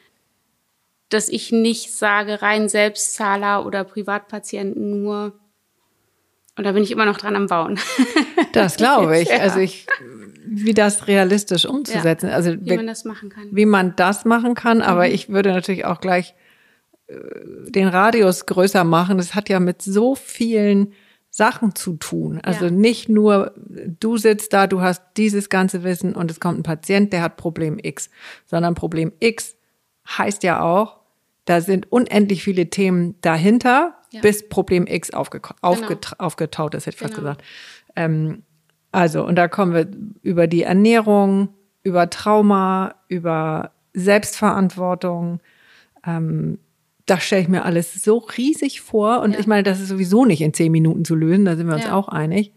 dass ich nicht sage, rein Selbstzahler oder Privatpatienten nur. Und da bin ich immer noch dran am Bauen. Das glaube ich. Ja. Also ich, wie das realistisch umzusetzen. Ja, also wie man das machen kann. Wie man das machen kann. Mhm. Aber ich würde natürlich auch gleich äh, den Radius größer machen. Das hat ja mit so vielen Sachen zu tun. Also ja. nicht nur, du sitzt da, du hast dieses ganze Wissen und es kommt ein Patient, der hat Problem X, sondern Problem X heißt ja auch, da sind unendlich viele Themen dahinter, ja. bis Problem X aufge- aufget- genau. aufgetaut ist, hätte ich genau. fast gesagt. Ähm, also, und da kommen wir über die Ernährung, über Trauma, über Selbstverantwortung, ähm, das stelle ich mir alles so riesig vor. Und ja. ich meine, das ist sowieso nicht in zehn Minuten zu lösen, da sind wir uns ja. auch einig.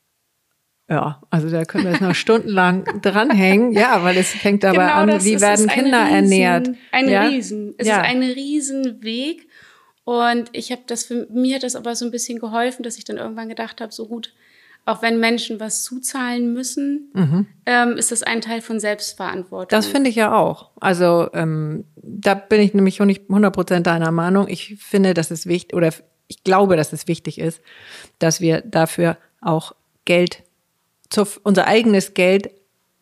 Ja, also da können wir jetzt noch stundenlang dranhängen. Ja, weil es fängt dabei genau an, wie werden Kinder riesen, ernährt. Ein ja? Riesen. Es ja. ist ein Riesenweg. Und ich habe das, für mir hat das aber so ein bisschen geholfen, dass ich dann irgendwann gedacht habe, so gut, auch wenn Menschen was zuzahlen müssen, mhm. ähm, ist das ein Teil von Selbstverantwortung. Das finde ich ja auch. Also ähm, da bin ich nämlich hundert Prozent deiner Meinung. Ich finde, dass es wichtig, oder ich glaube, dass es wichtig ist, dass wir dafür auch Geld, zu, unser eigenes Geld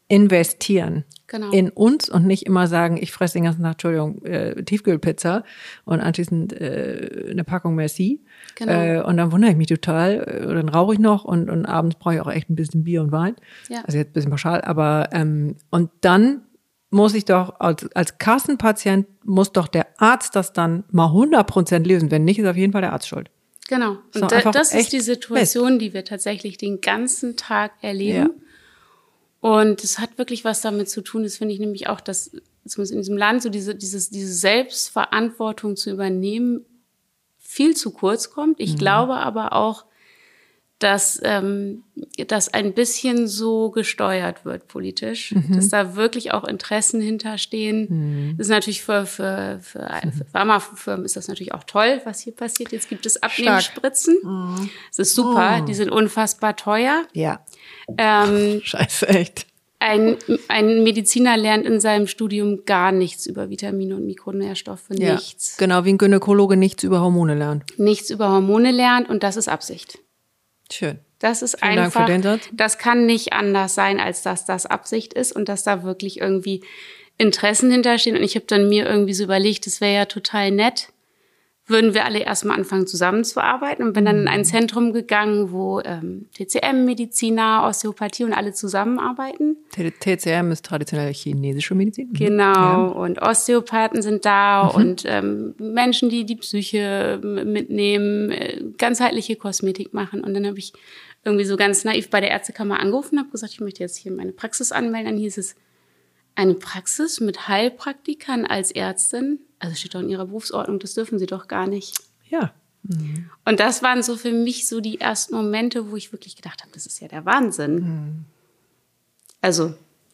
investieren. Genau. In uns und nicht immer sagen, ich fresse den ganzen Tag, Entschuldigung, äh, Tiefkühlpizza und anschließend äh, eine Packung Merci. Genau. Äh, und dann wundere ich mich total. Äh, dann rauche ich noch und, und abends brauche ich auch echt ein bisschen Bier und Wein. Ja. Also jetzt ein bisschen pauschal, aber ähm, und dann muss ich doch, als, als Kassenpatient muss doch der Arzt das dann mal hundert Prozent lösen. Wenn nicht, ist auf jeden Fall der Arzt schuld. Genau. So, Und da, das echt ist die Situation, Mist. Die wir tatsächlich den ganzen Tag erleben. Ja. Und es hat wirklich was damit zu tun, das finde ich nämlich auch, dass zumindest in diesem Land so diese, dieses, diese Selbstverantwortung zu übernehmen viel zu kurz kommt. Ich mhm. glaube aber auch, dass ähm, das ein bisschen so gesteuert wird politisch, mhm. dass da wirklich auch Interessen hinterstehen. Mhm. Das ist natürlich für, für, für, für Pharmafirmen ist das natürlich auch toll, was hier passiert. Jetzt gibt es Abnehmspritzen. Mhm. Das ist super, oh. die sind unfassbar teuer. Ja. Ähm, Scheiße, echt. Ein, ein Mediziner lernt in seinem Studium gar nichts über Vitamine und Mikronährstoffe, ja, nichts. Genau, wie ein Gynäkologe nichts über Hormone lernt. Nichts über Hormone lernt und das ist Absicht. Schön. Das ist Vielen einfach, Dank für den Satz. Das kann nicht anders sein, als dass das Absicht ist und dass da wirklich irgendwie Interessen hinterstehen. Und ich habe dann mir irgendwie so überlegt, das wäre ja total nett, würden wir alle erstmal anfangen zusammenzuarbeiten und bin dann in ein Zentrum gegangen, wo ähm, T C M-Mediziner, Osteopathie und alle zusammenarbeiten. T C M ist traditionelle chinesische Medizin. Genau, ja. Und Osteopathen sind da mhm. und ähm, Menschen, die die Psyche mitnehmen, äh, ganzheitliche Kosmetik machen. Und dann habe ich irgendwie so ganz naiv bei der Ärztekammer angerufen und habe gesagt, ich möchte jetzt hier meine Praxis anmelden. Dann hieß es, eine Praxis mit Heilpraktikern als Ärztin? Also steht doch in ihrer Berufsordnung, das dürfen sie doch gar nicht. Ja. Mhm. Und das waren so für mich so die ersten Momente, wo ich wirklich gedacht habe, das ist ja der Wahnsinn. Mhm. Also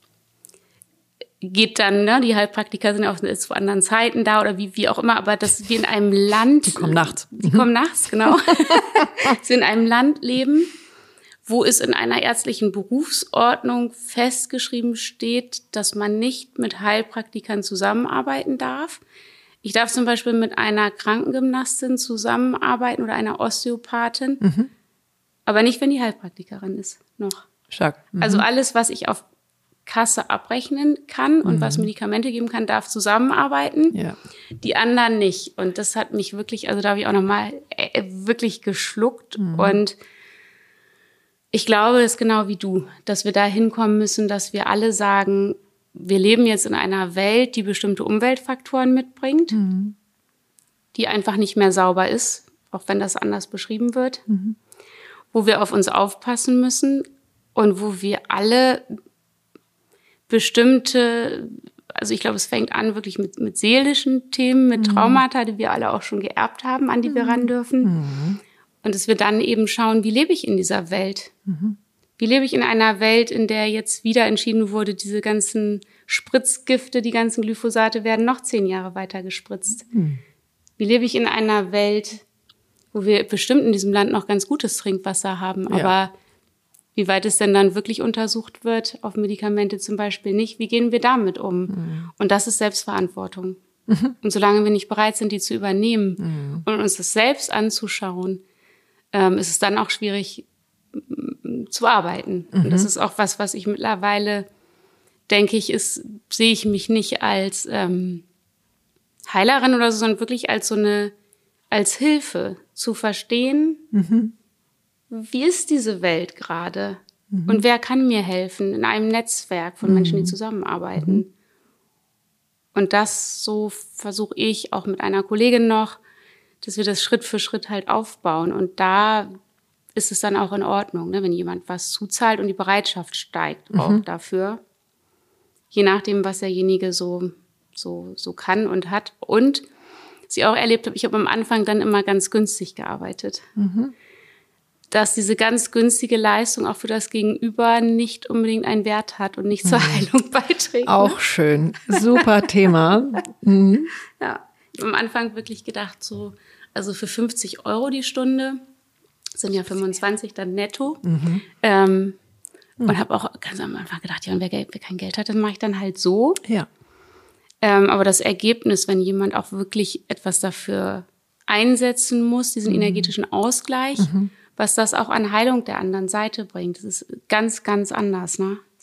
geht dann, ne, die Heilpraktiker sind auch zu anderen Zeiten da oder wie, wie auch immer, aber dass wir in einem Land... Die kommen nachts. Die mhm. kommen nachts, genau. dass wir in einem Land leben, wo es in einer ärztlichen Berufsordnung festgeschrieben steht, dass man nicht mit Heilpraktikern zusammenarbeiten darf. Ich darf zum Beispiel mit einer Krankengymnastin zusammenarbeiten oder einer Osteopathin, mhm. aber nicht, wenn die Heilpraktikerin ist, noch. Stark. Mhm. Also alles, was ich auf Kasse abrechnen kann und mhm. was Medikamente geben kann, darf zusammenarbeiten. Ja. Die anderen nicht. Und das hat mich wirklich, also da habe ich auch nochmal äh, wirklich geschluckt mhm. und ich glaube, es ist genau wie du, dass wir da hinkommen müssen, dass wir alle sagen, wir leben jetzt in einer Welt, die bestimmte Umweltfaktoren mitbringt, mhm. die einfach nicht mehr sauber ist, auch wenn das anders beschrieben wird, mhm. wo wir auf uns aufpassen müssen und wo wir alle bestimmte, also ich glaube, es fängt an wirklich mit, mit seelischen Themen, mit mhm. Traumata, die wir alle auch schon geerbt haben, an die mhm. wir ran dürfen. Mhm. Und dass wir dann eben schauen, wie lebe ich in dieser Welt? Mhm. Wie lebe ich in einer Welt, in der jetzt wieder entschieden wurde, diese ganzen Spritzgifte, die ganzen Glyphosate werden noch zehn Jahre weiter gespritzt? Mhm. Wie lebe ich in einer Welt, wo wir bestimmt in diesem Land noch ganz gutes Trinkwasser haben, aber ja. wie weit es denn dann wirklich untersucht wird, auf Medikamente zum Beispiel nicht, wie gehen wir damit um? Mhm. Und das ist Selbstverantwortung. Mhm. Und solange wir nicht bereit sind, die zu übernehmen mhm. und uns das selbst anzuschauen, ähm, ist es dann auch schwierig m- zu arbeiten. Mhm. Und das ist auch was, was ich mittlerweile, denke ich, ist, sehe ich mich nicht als ähm, Heilerin oder so, sondern wirklich als so eine, als Hilfe zu verstehen, mhm. wie ist diese Welt gerade? Mhm. Und wer kann mir helfen in einem Netzwerk von Menschen, die zusammenarbeiten? Mhm. Und das so versuche ich auch mit einer Kollegin noch, dass wir das Schritt für Schritt halt aufbauen. Und da ist es dann auch in Ordnung, ne, wenn jemand was zuzahlt und die Bereitschaft steigt mhm. auch dafür. Je nachdem, was derjenige so, so, so kann und hat. Und was ich auch erlebt habe, ich habe am Anfang dann immer ganz günstig gearbeitet. Mhm. Dass diese ganz günstige Leistung auch für das Gegenüber nicht unbedingt einen Wert hat und nicht zur mhm. Heilung beiträgt. Auch ne? schön. Super Thema. Mhm. Ja, ich habe am Anfang wirklich gedacht, so, also für fünfzig Euro die Stunde, sind ja fünfundzwanzig dann netto. Mhm. Ähm, mhm. Und habe auch ganz am Anfang gedacht, ja, und wer, wer kein Geld hat, das mache ich dann halt so. Ja. Ähm, aber das Ergebnis, wenn jemand auch wirklich etwas dafür einsetzen muss, diesen mhm. energetischen Ausgleich, mhm. was das auch an Heilung der anderen Seite bringt, das ist ganz, ganz anders, ne?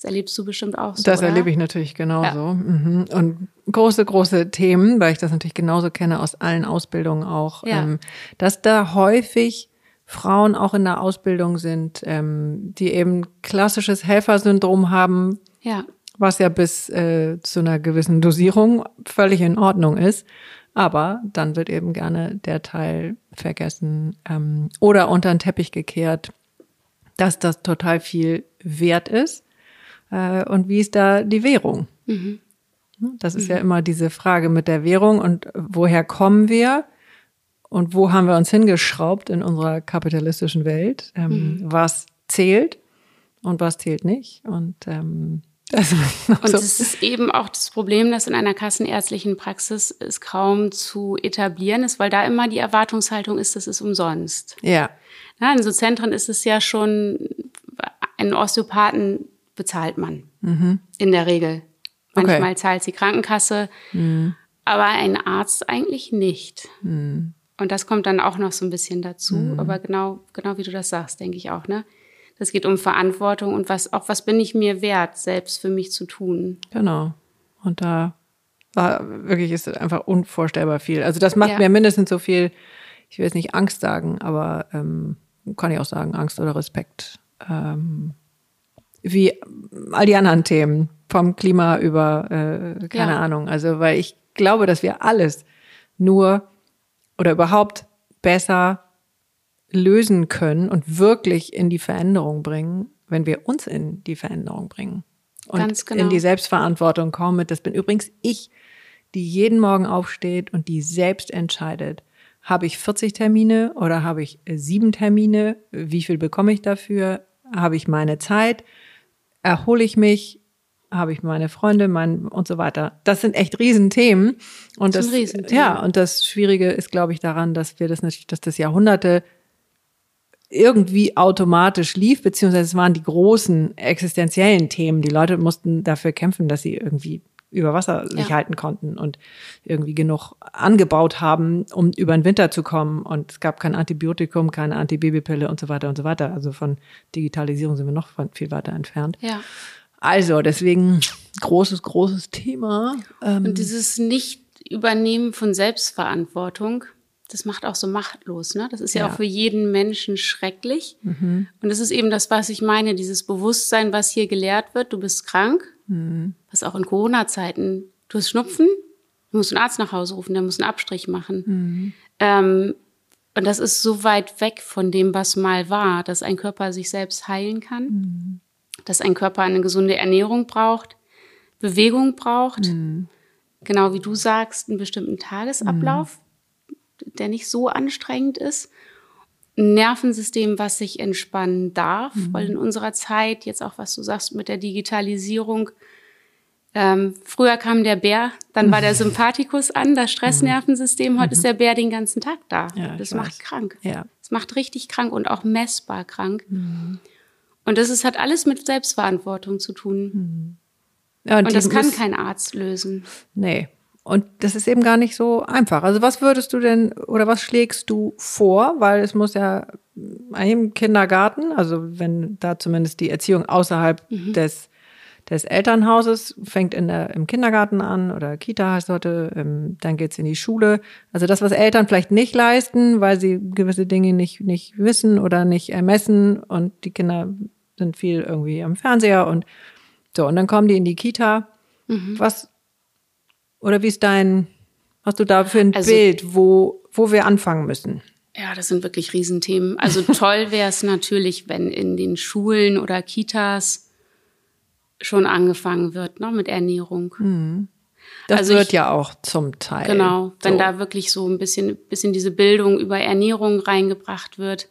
Das erlebst du bestimmt auch so, Das oder? erlebe ich natürlich genauso. Ja. Mhm. Und große, große Themen, weil ich das natürlich genauso kenne aus allen Ausbildungen auch, Ja. ähm, dass da häufig Frauen auch in der Ausbildung sind, ähm, die eben klassisches Helfersyndrom haben, Ja. was ja bis äh, zu einer gewissen Dosierung völlig in Ordnung ist. Aber dann wird eben gerne der Teil vergessen ähm, oder unter den Teppich gekehrt, dass das total viel wert ist. Äh, und wie ist da die Währung? Mhm. Das ist mhm. ja immer diese Frage mit der Währung und woher kommen wir und wo haben wir uns hingeschraubt in unserer kapitalistischen Welt? Ähm, mhm. Was zählt und was zählt nicht? Und ähm, Also, und so. Das ist eben auch das Problem, dass in einer kassenärztlichen Praxis es kaum zu etablieren ist, weil da immer die Erwartungshaltung ist, das ist umsonst. Ja. Ja, in so Zentren ist es ja schon, einen Osteopathen bezahlt man mhm. in der Regel. Manchmal okay. zahlt die Krankenkasse, mhm. aber ein Arzt eigentlich nicht. Mhm. Und das kommt dann auch noch so ein bisschen dazu. Mhm. Aber genau, genau wie du das sagst, denke ich auch, ne? Es geht um Verantwortung und was auch was bin ich mir wert, selbst für mich zu tun. Genau. Und da war wirklich ist einfach unvorstellbar viel. Also das macht ja. mir mindestens so viel, ich will jetzt nicht Angst sagen, aber ähm, kann ich auch sagen, Angst oder Respekt. Ähm, wie all die anderen Themen, vom Klima über, äh, keine ja. Ahnung. Also weil ich glaube, dass wir alles nur oder überhaupt besser lösen können und wirklich in die Veränderung bringen, wenn wir uns in die Veränderung bringen. Und Ganz genau. in die Selbstverantwortung kommen mit, das bin übrigens ich, die jeden Morgen aufsteht und die selbst entscheidet, habe ich vierzig Termine oder habe ich sieben Termine, wie viel bekomme ich dafür, habe ich meine Zeit, erhole ich mich, habe ich meine Freunde, mein und so weiter. Das sind echt Riesenthemen. Und das, das, ein Riesenthema. Ja, und das Schwierige ist, glaube ich, daran, dass wir das natürlich, dass das Jahrhunderte irgendwie automatisch lief, beziehungsweise es waren die großen existenziellen Themen. Die Leute mussten dafür kämpfen, dass sie irgendwie über Wasser sich ja. halten konnten und irgendwie genug angebaut haben, um über den Winter zu kommen. Und es gab kein Antibiotikum, keine Antibabypille und so weiter und so weiter. Also von Digitalisierung sind wir noch viel weiter entfernt. Ja. Also deswegen großes, großes Thema. Und dieses Nicht-Übernehmen von Selbstverantwortung, das macht auch so machtlos, ne? Das ist ja, ja auch für jeden Menschen schrecklich. Mhm. Und das ist eben das, was ich meine, dieses Bewusstsein, was hier gelehrt wird. Du bist krank, mhm. was auch in Corona-Zeiten, du hast Schnupfen, du musst einen Arzt nach Hause rufen, der muss einen Abstrich machen. Mhm. Ähm, und das ist so weit weg von dem, was mal war, dass ein Körper sich selbst heilen kann, mhm. dass ein Körper eine gesunde Ernährung braucht, Bewegung braucht, mhm. genau wie du sagst, einen bestimmten Tagesablauf, mhm. der nicht so anstrengend ist. Ein Nervensystem, was sich entspannen darf, mhm. weil in unserer Zeit, jetzt auch was du sagst mit der Digitalisierung, ähm, früher kam der Bär, dann war der Sympathikus an, das Stressnervensystem, heute mhm. ist der Bär den ganzen Tag da. Ja, das macht weiß. krank. Ja. Das macht richtig krank und auch messbar krank. Mhm. Und das ist, hat alles mit Selbstverantwortung zu tun. Mhm. Ja, und und das kann muss, kein Arzt lösen. Nee. Und das ist eben gar nicht so einfach. Also was würdest du denn oder was schlägst du vor? Weil es muss ja im Kindergarten, also wenn da zumindest die Erziehung außerhalb mhm. des, des Elternhauses fängt in der, im Kindergarten an oder Kita heißt heute, ähm, dann geht's in die Schule. Also das, was Eltern vielleicht nicht leisten, weil sie gewisse Dinge nicht, nicht wissen oder nicht ermessen und die Kinder sind viel irgendwie am Fernseher und so. Und dann kommen die in die Kita. Mhm. Was Oder wie ist dein, hast du da für ein also, Bild, wo, wo wir anfangen müssen? Ja, das sind wirklich Riesenthemen. Also toll wäre es natürlich, wenn in den Schulen oder Kitas schon angefangen wird, ne, mit Ernährung. Mhm. Das also wird ich, ja auch zum Teil. Genau, wenn so. da wirklich so ein bisschen, bisschen diese Bildung über Ernährung reingebracht wird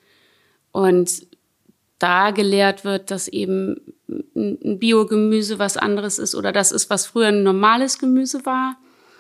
und da gelehrt wird, dass eben ein Biogemüse was anderes ist oder das ist, was früher ein normales Gemüse war.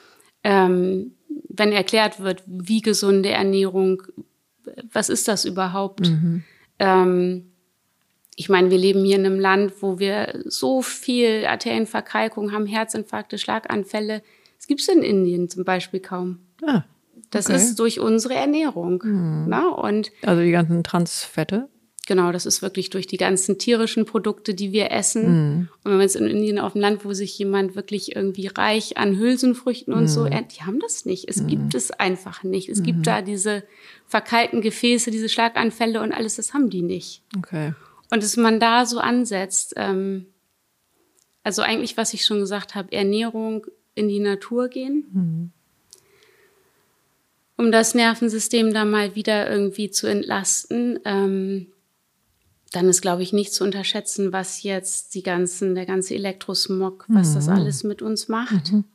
Ähm, wenn erklärt wird, wie gesunde Ernährung, was ist das überhaupt? Mhm. Ähm, ich meine, wir leben hier in einem Land, wo wir so viel Arterienverkalkung haben, Herzinfarkte, Schlaganfälle. Das gibt es in Indien zum Beispiel kaum. Ah, okay. Das ist durch unsere Ernährung. Mhm. Na? Und also die ganzen Transfette? Genau, das ist wirklich durch die ganzen tierischen Produkte, die wir essen. Mhm. Und wenn wir jetzt in Indien auf dem Land, wo sich jemand wirklich irgendwie reich an Hülsenfrüchten und Mhm. so, die haben das nicht. Es Mhm. gibt es einfach nicht. Es Mhm. gibt da diese verkalkten Gefäße, diese Schlaganfälle und alles, das haben die nicht. Okay. Und dass man da so ansetzt, ähm, also eigentlich, was ich schon gesagt habe, Ernährung, in die Natur gehen, Mhm. um das Nervensystem da mal wieder irgendwie zu entlasten. Ähm, dann ist, glaube ich, nicht zu unterschätzen, was jetzt die ganzen, der ganze Elektrosmog, was Mhm. das alles mit uns macht. Mhm.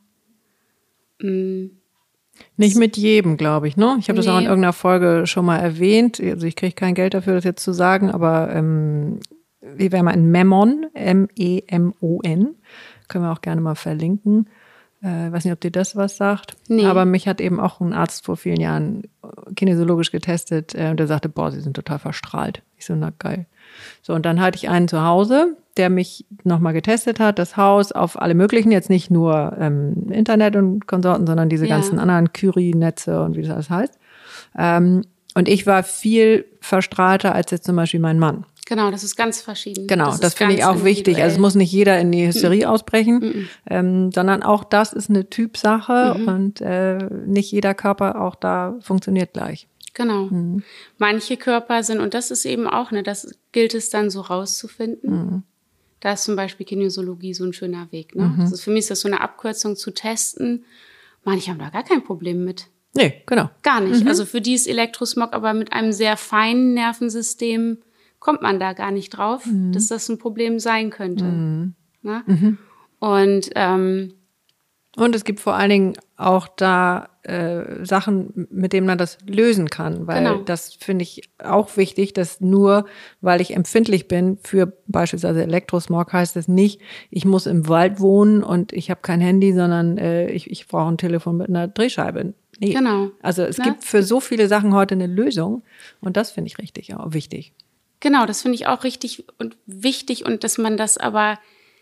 Mm, Nicht mit jedem, glaube ich, ne? Ich habe das Nee. auch in irgendeiner Folge schon mal erwähnt. Also ich kriege kein Geld dafür, das jetzt zu sagen, aber ähm, wie wäre mal ein Memon, M E M O N, können wir auch gerne mal verlinken. Ich äh, weiß nicht, ob dir das was sagt. Nee. Aber mich hat eben auch ein Arzt vor vielen Jahren kinesiologisch getestet äh, und der sagte, boah, sie sind total verstrahlt. Ich so, na geil. So, und dann hatte ich einen zu Hause, der mich nochmal getestet hat, das Haus auf alle möglichen, jetzt nicht nur ähm, Internet und Konsorten, sondern diese Ja. ganzen anderen Curie-Netze und wie das alles heißt. Ähm, und ich war viel verstrahlter als jetzt zum Beispiel mein Mann. Genau, das ist ganz verschieden. Genau, das das, ist finde ich ganz auch wichtig. Also es muss nicht jeder in die Hysterie Mhm. ausbrechen, Mhm. ähm, sondern auch das ist eine Typsache Mhm. und äh, nicht jeder Körper auch da funktioniert gleich. Genau. Mhm. Manche Körper sind, und das ist eben auch, ne, das gilt es dann so rauszufinden. Mhm. Da ist zum Beispiel Kinesiologie so ein schöner Weg. Ne? Mhm. Das ist, für mich ist das so eine Abkürzung zu testen. Manche haben da gar kein Problem mit. Nee, genau. Gar nicht. Mhm. Also für die ist Elektrosmog, aber mit einem sehr feinen Nervensystem kommt man da gar nicht drauf, Mhm. dass das ein Problem sein könnte. Mhm. Ne? Mhm. Und ähm, Und es gibt vor allen Dingen auch da äh, Sachen, mit denen man das lösen kann, weil Genau. das finde ich auch wichtig, dass nur, weil ich empfindlich bin für beispielsweise Elektrosmog, heißt das nicht, ich muss im Wald wohnen und ich habe kein Handy, sondern äh, ich, ich brauche ein Telefon mit einer Drehscheibe. Nee. Genau. Also es Ne? gibt für so viele Sachen heute eine Lösung und das finde ich richtig, auch wichtig. Genau, das finde ich auch richtig und wichtig und dass man das aber,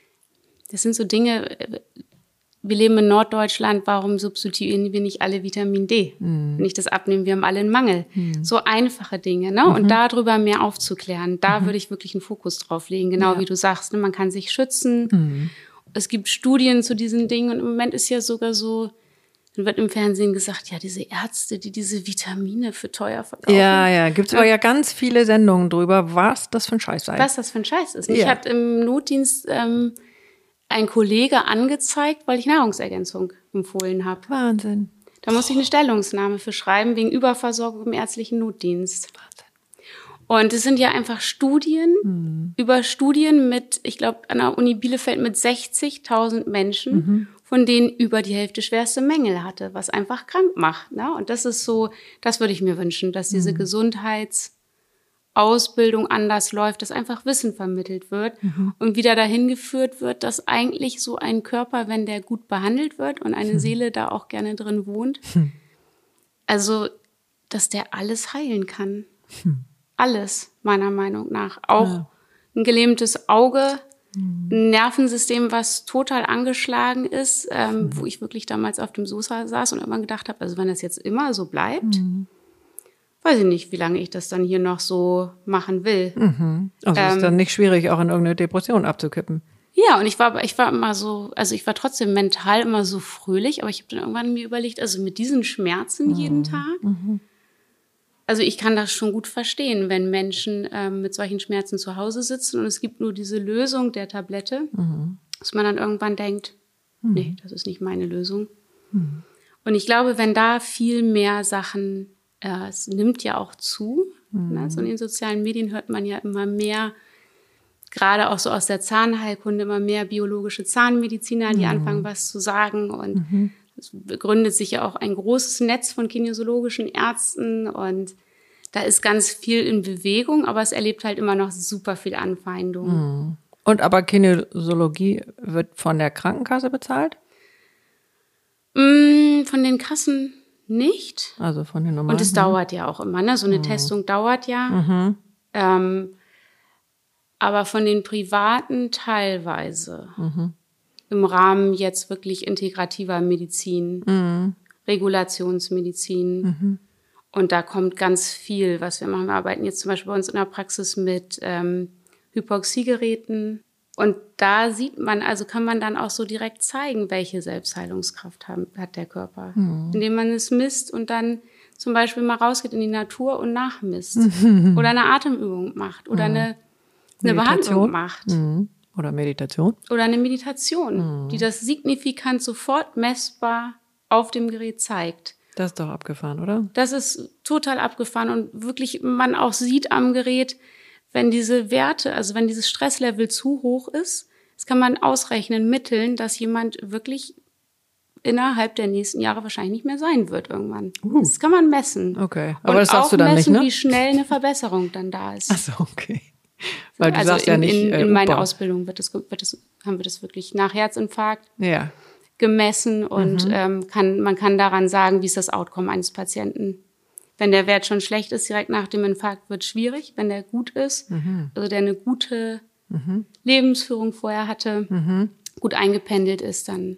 das sind so Dinge, wir leben in Norddeutschland, warum substituieren wir nicht alle Vitamin D? Mhm. Wenn ich das abnehme, wir haben alle einen Mangel. Mhm. So einfache Dinge, ne? Und darüber mehr aufzuklären, da Mhm. würde ich wirklich einen Fokus drauf legen. Genau Ja. wie du sagst, ne? Man kann sich schützen. Mhm. Es gibt Studien zu diesen Dingen und im Moment ist ja sogar so, dann wird im Fernsehen gesagt, ja, diese Ärzte, die diese Vitamine für teuer verkaufen. Ja, ja, gibt's aber ja ganz viele Sendungen drüber, was das für ein Scheiß sei. Was das für ein Scheiß ist. Mich Ja. hat im Notdienst ähm, ein Kollege angezeigt, weil ich Nahrungsergänzung empfohlen habe. Wahnsinn. Da musste ich eine Stellungnahme für schreiben, wegen Überversorgung im ärztlichen Notdienst. Und es sind ja einfach Studien Mhm. über Studien mit, ich glaube, an der Uni Bielefeld mit sechzigtausend Menschen, Mhm. von denen über die Hälfte schwerste Mängel hatte, was einfach krank macht. Ne? Und das ist so, das würde ich mir wünschen, dass diese Mhm. Gesundheitsausbildung anders läuft, dass einfach Wissen vermittelt wird Mhm. und wieder dahin geführt wird, dass eigentlich so ein Körper, wenn der gut behandelt wird und eine Mhm. Seele da auch gerne drin wohnt, Mhm. also, dass der alles heilen kann. Mhm. Alles, meiner Meinung nach. Auch Ja. ein gelähmtes Auge, Mhm. ein Nervensystem, was total angeschlagen ist, ähm, wo ich wirklich damals auf dem Sofa saß und irgendwann gedacht habe, also wenn das jetzt immer so bleibt, Mhm. weiß ich nicht, wie lange ich das dann hier noch so machen will. Mhm. Also Ähm, ist dann nicht schwierig, auch in irgendeine Depression abzukippen. Ja, und ich war, ich war immer so, also ich war trotzdem mental immer so fröhlich, aber ich habe dann irgendwann mir überlegt, also mit diesen Schmerzen jeden Tag, Mhm. also ich kann das schon gut verstehen, wenn Menschen ähm, mit solchen Schmerzen zu Hause sitzen und es gibt nur diese Lösung der Tablette, Mhm. dass man dann irgendwann denkt, Mhm. nee, das ist nicht meine Lösung. Mhm. Und ich glaube, wenn da viel mehr Sachen, äh, es nimmt ja auch zu, Mhm. ne? So in den sozialen Medien hört man ja immer mehr, gerade auch so aus der Zahnheilkunde, immer mehr biologische Zahnmediziner, die Mhm. anfangen, was zu sagen. Und Mhm. es begründet sich ja auch ein großes Netz von kinesiologischen Ärzten und da ist ganz viel in Bewegung, aber es erlebt halt immer noch super viel Anfeindung. Mhm. Und aber Kinesiologie wird von der Krankenkasse bezahlt? Mm, von den Kassen nicht. Also von den normalen? Und es dauert ja auch immer, ne? So eine Testung dauert ja. Mhm. Ähm, aber von den Privaten teilweise. Mhm. Im Rahmen jetzt wirklich integrativer Medizin, Mhm. Regulationsmedizin. Mhm. Und da kommt ganz viel, was wir machen. Wir arbeiten jetzt zum Beispiel bei uns in der Praxis mit ähm, Hypoxiegeräten. Und da sieht man, also kann man dann auch so direkt zeigen, welche Selbstheilungskraft haben, hat der Körper. Mhm. Indem man es misst und dann zum Beispiel mal rausgeht in die Natur und nachmisst. Mhm. Oder eine Atemübung macht. Oder mhm. eine, eine Behandlung macht. Mhm. Oder Meditation. Oder eine Meditation, mhm. die das signifikant sofort messbar auf dem Gerät zeigt. Das ist doch abgefahren, oder? Das ist total abgefahren und wirklich man auch sieht am Gerät, wenn diese Werte, also wenn dieses Stresslevel zu hoch ist, das kann man ausrechnen, mitteln, dass jemand wirklich innerhalb der nächsten Jahre wahrscheinlich nicht mehr sein wird irgendwann. Uh. Das kann man messen. Okay, aber und das sagst auch du dann messen, nicht, ne? wie schnell eine Verbesserung dann da ist. Ach so, okay. Weil du also sagst in, ja nicht, in, in äh, meiner Ausbildung wird das, wird das, haben wir das wirklich nach Herzinfarkt ja. gemessen und mhm. ähm, kann, man kann daran sagen, wie ist das Outcome eines Patienten. Wenn der Wert schon schlecht ist, direkt nach dem Infarkt, wird es schwierig. Wenn der gut ist, mhm. also der eine gute mhm. Lebensführung vorher hatte, mhm. gut eingependelt ist, dann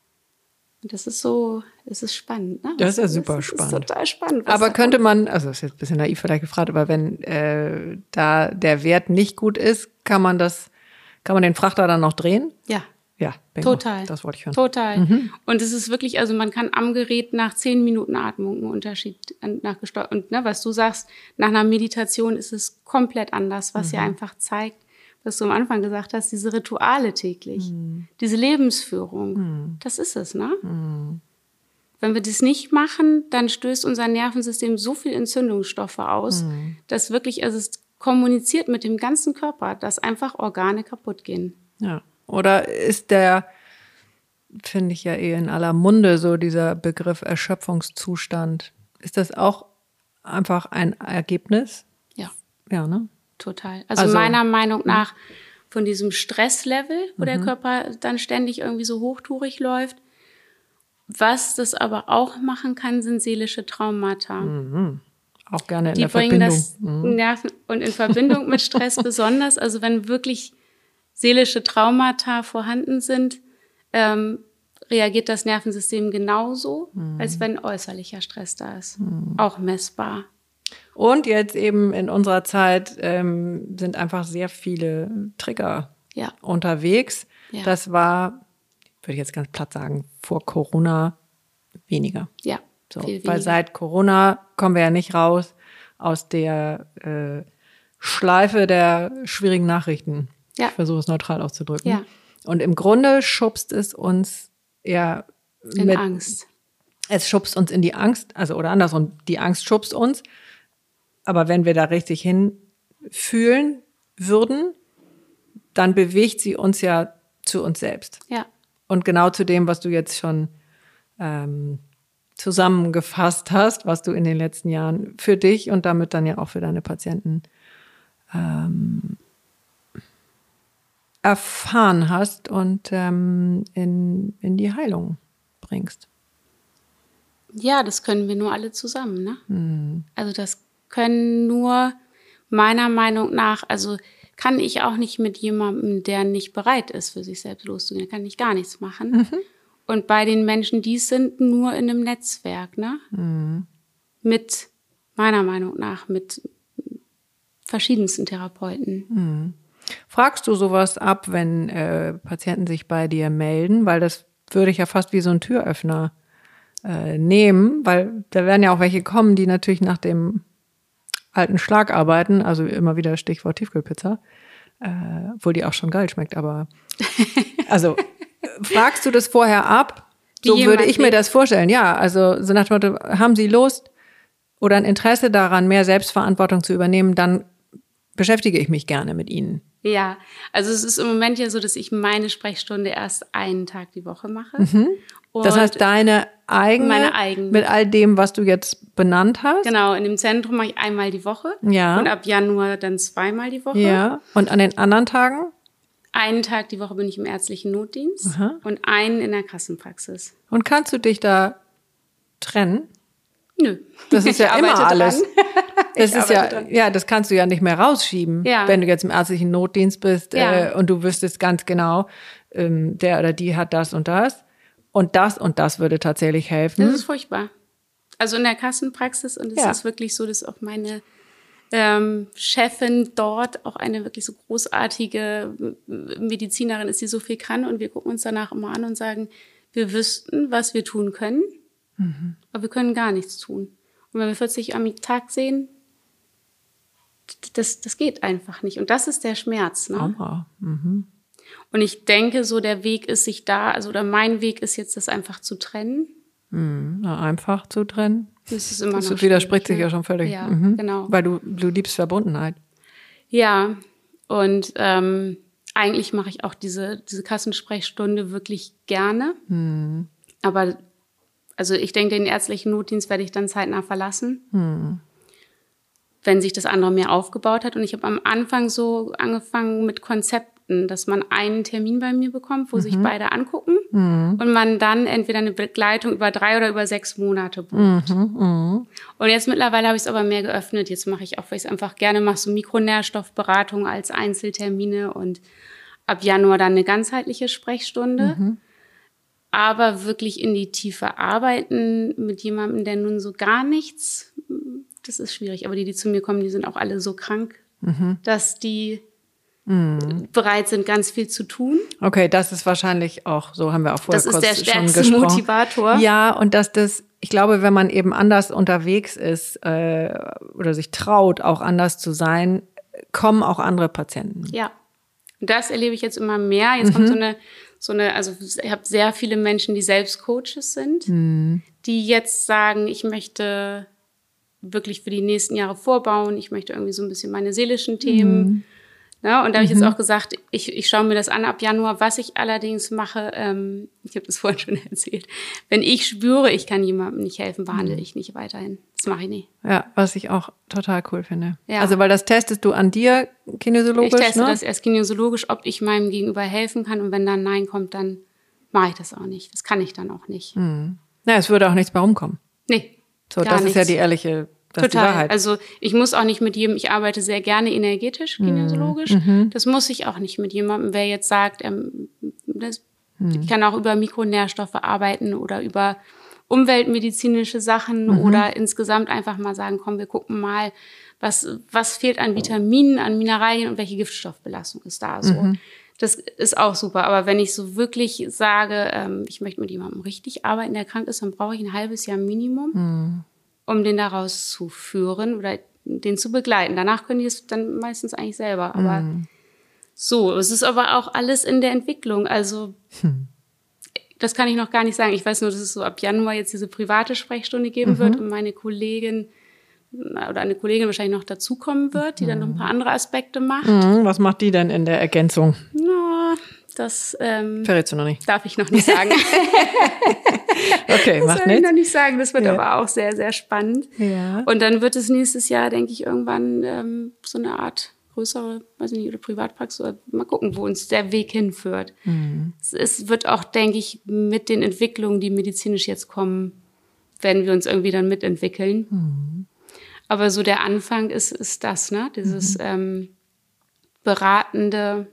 das ist so, es ist spannend. Ne? Das ist ja super das, spannend. Das ist total spannend. Aber könnte man, also das ist jetzt ein bisschen naiv vielleicht gefragt, aber wenn äh, da der Wert nicht gut ist, kann man das, kann man den Frachter dann noch drehen? Ja. Ja, bingo. Total. Das wollte ich hören. Total. Mhm. Und es ist wirklich, also man kann am Gerät nach zehn Minuten Atmung einen Unterschied nach gesteuert. Und ne, was du sagst, nach einer Meditation ist es komplett anders, was mhm. ja einfach zeigt, was du am Anfang gesagt hast, diese Rituale täglich, mhm. diese Lebensführung, mhm. das ist es, ne? Mhm. Wenn wir das nicht machen, dann stößt unser Nervensystem so viel Entzündungsstoffe aus, mhm. dass wirklich, also es kommuniziert mit dem ganzen Körper, dass einfach Organe kaputt gehen. Ja. Oder ist der, finde ich ja eh in aller Munde, so dieser Begriff Erschöpfungszustand, ist das auch einfach ein Ergebnis? Ja. Ja, ne? Total. Also, also meiner Meinung nach von diesem Stresslevel, wo mhm. der Körper dann ständig irgendwie so hochtourig läuft. Was das aber auch machen kann, sind seelische Traumata. Mhm. Auch gerne in Die der bringen Verbindung. das mhm. Nerven und in Verbindung mit Stress besonders. Also wenn wirklich seelische Traumata vorhanden sind, ähm, reagiert das Nervensystem genauso, mhm. als wenn äußerlicher Stress da ist. Mhm. Auch messbar. Und jetzt eben in unserer Zeit ähm, sind einfach sehr viele Trigger ja. unterwegs. Ja. Das war, würde ich jetzt ganz platt sagen, vor Corona weniger. Ja, so, viel weniger. Weil seit Corona kommen wir ja nicht raus aus der äh, Schleife der schwierigen Nachrichten. Ja. Ich versuche es neutral auszudrücken. Ja. Und im Grunde schubst es uns eher in mit Angst. Es schubst uns in die Angst, also oder andersrum, die Angst schubst uns. Aber wenn wir da richtig hinfühlen würden, dann bewegt sie uns ja zu uns selbst. Ja. Und genau zu dem, was du jetzt schon ähm, zusammengefasst hast, was du in den letzten Jahren für dich und damit dann ja auch für deine Patienten ähm, erfahren hast und ähm, in, in die Heilung bringst. Ja, das können wir nur alle zusammen, ne? Hm. Also das können nur meiner Meinung nach, also kann ich auch nicht mit jemandem, der nicht bereit ist, für sich selbst loszugehen, kann ich gar nichts machen. Mhm. Und bei den Menschen, die es sind, nur in einem Netzwerk, ne? Mhm. Mit, meiner Meinung nach, mit verschiedensten Therapeuten. Mhm. Fragst du sowas ab, wenn äh, Patienten sich bei dir melden? Weil das würde ich ja fast wie so ein Türöffner äh, nehmen, weil da werden ja auch welche kommen, die natürlich nach dem alten Schlag arbeiten, also immer wieder Stichwort Tiefkühlpizza, äh, obwohl die auch schon geil schmeckt, aber also fragst du das vorher ab? Wie So würde ich lebt. mir das vorstellen, ja, also so nach dem Motto, haben Sie Lust oder ein Interesse daran, mehr Selbstverantwortung zu übernehmen, dann beschäftige ich mich gerne mit Ihnen. Ja, also es ist im Moment ja so, dass ich meine Sprechstunde erst einen Tag die Woche mache. Mhm. Das heißt, deine eigene, meine eigene, mit all dem, was du jetzt benannt hast? Genau, in dem Zentrum mache ich einmal die Woche. Ja. Und ab Januar dann zweimal die Woche. Ja. Und an den anderen Tagen? Einen Tag die Woche bin ich im ärztlichen Notdienst. Aha. Und einen in der Kassenpraxis. Und kannst du dich da trennen? Nö. Das ist ja Ich immer arbeite alles. dran. Das Ich ist ja, arbeite dran. ja, das kannst du ja nicht mehr rausschieben, Ja. wenn du jetzt im ärztlichen Notdienst bist Ja. äh, und du wüsstest ganz genau, ähm, der oder die hat das und das und das und das würde tatsächlich helfen. Das ist furchtbar. Also in der Kassenpraxis und es Ja. ist wirklich so, dass auch meine ähm, Chefin dort auch eine wirklich so großartige Medizinerin ist, die so viel kann und wir gucken uns danach immer an und sagen, wir wüssten, was wir tun können, mhm. aber wir können gar nichts tun. Und wenn wir vierzig am Tag sehen, das, das geht einfach nicht. Und das ist der Schmerz. Ne? Aber, mhm. Und ich denke, so der Weg ist sich da, also oder mein Weg ist jetzt, das einfach zu trennen. Mhm. Na, einfach zu trennen. Das ist immer Das noch widerspricht sich ne? ja schon völlig. Ja, mhm. genau. Weil du, du liebst Verbundenheit. Ja, und ähm, eigentlich mache ich auch diese, diese Kassensprechstunde wirklich gerne. Mhm. Aber also ich denke, den ärztlichen Notdienst werde ich dann zeitnah verlassen, Mhm. wenn sich das andere mehr aufgebaut hat. Und ich habe am Anfang so angefangen mit Konzepten, dass man einen Termin bei mir bekommt, wo mhm. sich beide angucken mhm. und man dann entweder eine Begleitung über drei oder über sechs Monate bucht. Mhm. Mhm. Und jetzt mittlerweile habe ich es aber mehr geöffnet. Jetzt mache ich auch, weil ich es einfach gerne mache, so Mikronährstoffberatung als Einzeltermine und ab Januar dann eine ganzheitliche Sprechstunde. Mhm. Aber wirklich in die Tiefe arbeiten mit jemandem, der nun so gar nichts, das ist schwierig. Aber die, die zu mir kommen, die sind auch alle so krank, mhm. dass die mhm. bereit sind, ganz viel zu tun. Okay, das ist wahrscheinlich auch, so haben wir auch vorher das kurz ist der schon stärkste gesprochen. Motivator. Ja, und dass das, ich glaube, wenn man eben anders unterwegs ist äh, oder sich traut, auch anders zu sein, kommen auch andere Patienten. Ja, und das erlebe ich jetzt immer mehr. Jetzt mhm. kommt so eine So eine, also ich habe sehr viele Menschen, die selbst Coaches sind, mhm. die jetzt sagen, ich möchte wirklich für die nächsten Jahre vorbauen, ich möchte irgendwie so ein bisschen meine seelischen Themen. Mhm. Ja, und da habe ich mhm. jetzt auch gesagt, ich, ich schaue mir das an ab Januar. Was ich allerdings mache, ähm, ich habe das vorhin schon erzählt, wenn ich spüre, ich kann jemandem nicht helfen, behandle mhm. ich nicht weiterhin. Das mache ich nicht. Ja, was ich auch total cool finde. Ja. Also, weil das testest du an dir kinesiologisch, Ich teste ne? das erst kinesiologisch, ob ich meinem Gegenüber helfen kann. Und wenn dann Nein kommt, dann mache ich das auch nicht. Das kann ich dann auch nicht. Mhm. Na, es würde auch nichts bei rumkommen. Nee, So, gar das nichts. ist ja die ehrliche, das ist die Total. Wahrheit. Also ich muss auch nicht mit jedem, ich arbeite sehr gerne energetisch, kinesiologisch. Mhm. Das muss ich auch nicht mit jemandem, wer jetzt sagt, ähm, das, mhm. ich kann auch über Mikronährstoffe arbeiten oder über umweltmedizinische Sachen mhm. oder insgesamt einfach mal sagen, komm, wir gucken mal, was, was fehlt an Vitaminen, an Mineralien und welche Giftstoffbelastung ist da so. Mhm. Das ist auch super. Aber wenn ich so wirklich sage, ähm, ich möchte mit jemandem richtig arbeiten, der krank ist, dann brauche ich ein halbes Jahr Minimum, mhm. um den da rauszuführen oder den zu begleiten. Danach können die es dann meistens eigentlich selber. Aber mhm. so, es ist aber auch alles in der Entwicklung. Also hm. das kann ich noch gar nicht sagen. Ich weiß nur, dass es so ab Januar jetzt diese private Sprechstunde geben mhm. wird und meine Kollegin oder eine Kollegin wahrscheinlich noch dazukommen wird, die mhm. dann noch ein paar andere Aspekte macht. Mhm. Was macht die denn in der Ergänzung? Na, das ähm, verrätst du noch nicht. Darf ich noch nicht sagen. Okay, das macht darf nichts. ich noch nicht sagen. Das wird ja. aber auch sehr, sehr spannend. Ja. Und dann wird es nächstes Jahr, denke ich, irgendwann ähm, so eine Art größere, weiß ich nicht, oder Privatpraxis, oder mal gucken, wo uns der Weg hinführt. Mhm. Es, es wird auch, denke ich, mit den Entwicklungen, die medizinisch jetzt kommen, werden wir uns irgendwie dann mitentwickeln. Mhm. Aber so der Anfang ist, ist das, ne? Dieses mhm. ähm, beratende,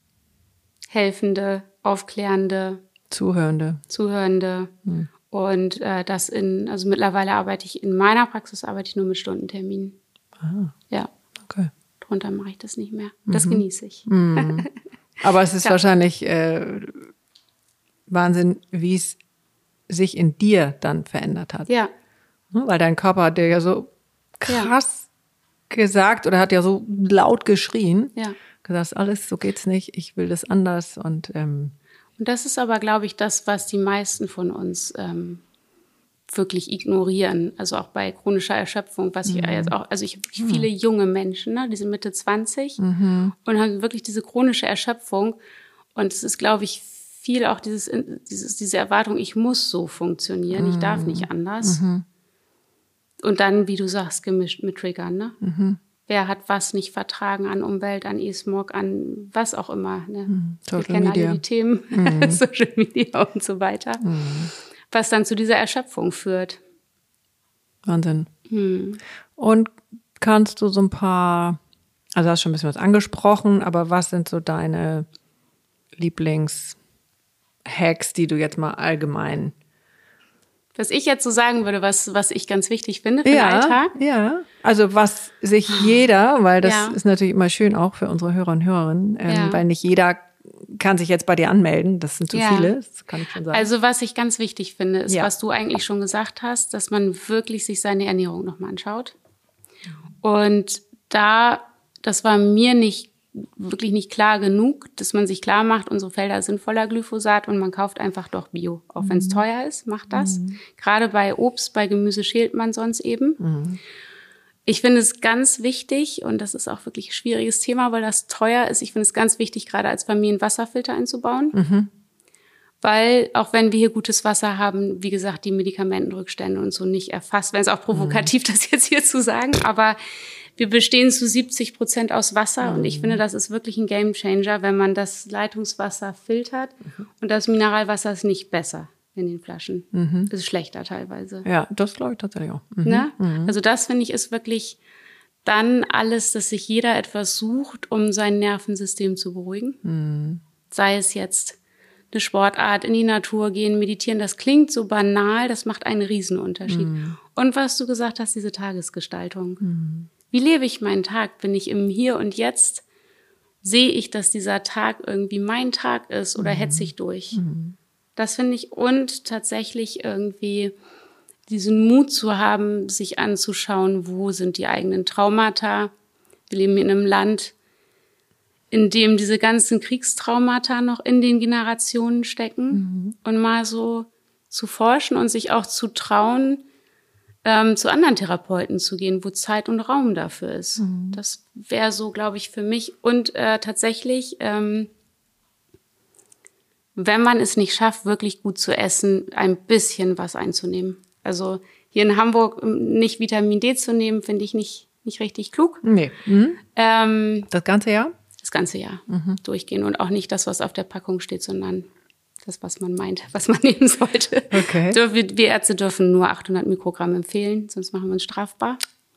helfende, aufklärende, Zuhörende. Zuhörende. Mhm. Und äh, das in, also mittlerweile arbeite ich in meiner Praxis, arbeite ich nur mit Stundenterminen. Ah. Ja. Okay. Drunter mache ich das nicht mehr. Das mhm. genieße ich. Mhm. Aber es ist ja. wahrscheinlich äh, Wahnsinn, wie es sich in dir dann verändert hat. Ja. Weil dein Körper hat dir ja so krass ja. gesagt oder hat ja so laut geschrien. Ja. Gesagt, alles, so geht's nicht, ich will das anders. Und, ähm, und das ist aber, glaube ich, das, was die meisten von uns ähm, wirklich ignorieren. Also auch bei chronischer Erschöpfung, was ich mhm. jetzt auch, also ich habe viele mhm. junge Menschen, ne, die sind Mitte zwanzig mhm. und haben wirklich diese chronische Erschöpfung. Und es ist, glaube ich, viel auch dieses, dieses, diese Erwartung, ich muss so funktionieren, mhm. ich darf nicht anders. Mhm. Und dann, wie du sagst, gemischt mit Triggern, ne? Mhm. Wer hat was nicht vertragen an Umwelt, an E-Smog, an was auch immer, ne? Mhm. Wir kennen Media. alle die Themen, mhm. Social Media und so weiter. Mhm. Was dann zu dieser Erschöpfung führt. Wahnsinn. Mhm. Und kannst du so ein paar, also hast schon ein bisschen was angesprochen, aber was sind so deine Lieblings-Hacks, die du jetzt mal allgemein Was ich jetzt so sagen würde, was, was ich ganz wichtig finde für ja, den Alltag. Ja, also was sich jeder, weil das Ja. ist natürlich immer schön auch für unsere Hörer und Hörerinnen, ähm, Ja. weil nicht jeder kann sich jetzt bei dir anmelden, das sind zu Ja. viele, das kann ich schon sagen. Also was ich ganz wichtig finde, ist, Ja. was du eigentlich schon gesagt hast, dass man wirklich sich seine Ernährung nochmal anschaut. Und da, das war mir nicht wirklich nicht klar genug, dass man sich klar macht, unsere Felder sind voller Glyphosat und man kauft einfach doch Bio. Auch wenn es teuer ist, macht das. Mhm. Gerade bei Obst, bei Gemüse schält man sonst eben. Mhm. Ich finde es ganz wichtig, und das ist auch wirklich ein schwieriges Thema, weil das teuer ist. Ich finde es ganz wichtig, gerade als Familien Wasserfilter einzubauen. Mhm. Weil, auch wenn wir hier gutes Wasser haben, wie gesagt, die Medikamentenrückstände und so nicht erfasst. Wenn es auch provokativ, mhm. das jetzt hier zu sagen, aber wir bestehen zu siebzig Prozent aus Wasser. Mhm. Und ich finde, das ist wirklich ein Gamechanger, wenn man das Leitungswasser filtert. Mhm. Und das Mineralwasser ist nicht besser in den Flaschen. Mhm. Das ist schlechter teilweise. Ja, das glaube ich tatsächlich auch. Mhm. Ne? Mhm. Also das, finde ich, ist wirklich dann alles, dass sich jeder etwas sucht, um sein Nervensystem zu beruhigen. Mhm. Sei es jetzt eine Sportart, in die Natur gehen, meditieren. Das klingt so banal, das macht einen Riesenunterschied. Mhm. Und was du gesagt hast, diese Tagesgestaltung. Mhm. Wie lebe ich meinen Tag? Bin ich im Hier und Jetzt? Sehe ich, dass dieser Tag irgendwie mein Tag ist oder mhm. hetze ich durch? Mhm. Das finde ich. Und tatsächlich irgendwie diesen Mut zu haben, sich anzuschauen, wo sind die eigenen Traumata. Wir leben in einem Land, in dem diese ganzen Kriegstraumata noch in den Generationen stecken. Mhm. Und mal so zu forschen und sich auch zu trauen, ähm, zu anderen Therapeuten zu gehen, wo Zeit und Raum dafür ist. Mhm. Das wäre so, glaube ich, für mich. Und äh, tatsächlich, ähm, wenn man es nicht schafft, wirklich gut zu essen, ein bisschen was einzunehmen. Also hier in Hamburg nicht Vitamin D zu nehmen, finde ich nicht, nicht richtig klug. Nee. Mhm. Ähm, das ganze Jahr? Das ganze Jahr mhm. durchgehen. Und auch nicht das, was auf der Packung steht, sondern das, was man meint, was man nehmen sollte. Okay. Wir, wir Ärzte dürfen nur achthundert Mikrogramm empfehlen, sonst machen wir uns strafbar.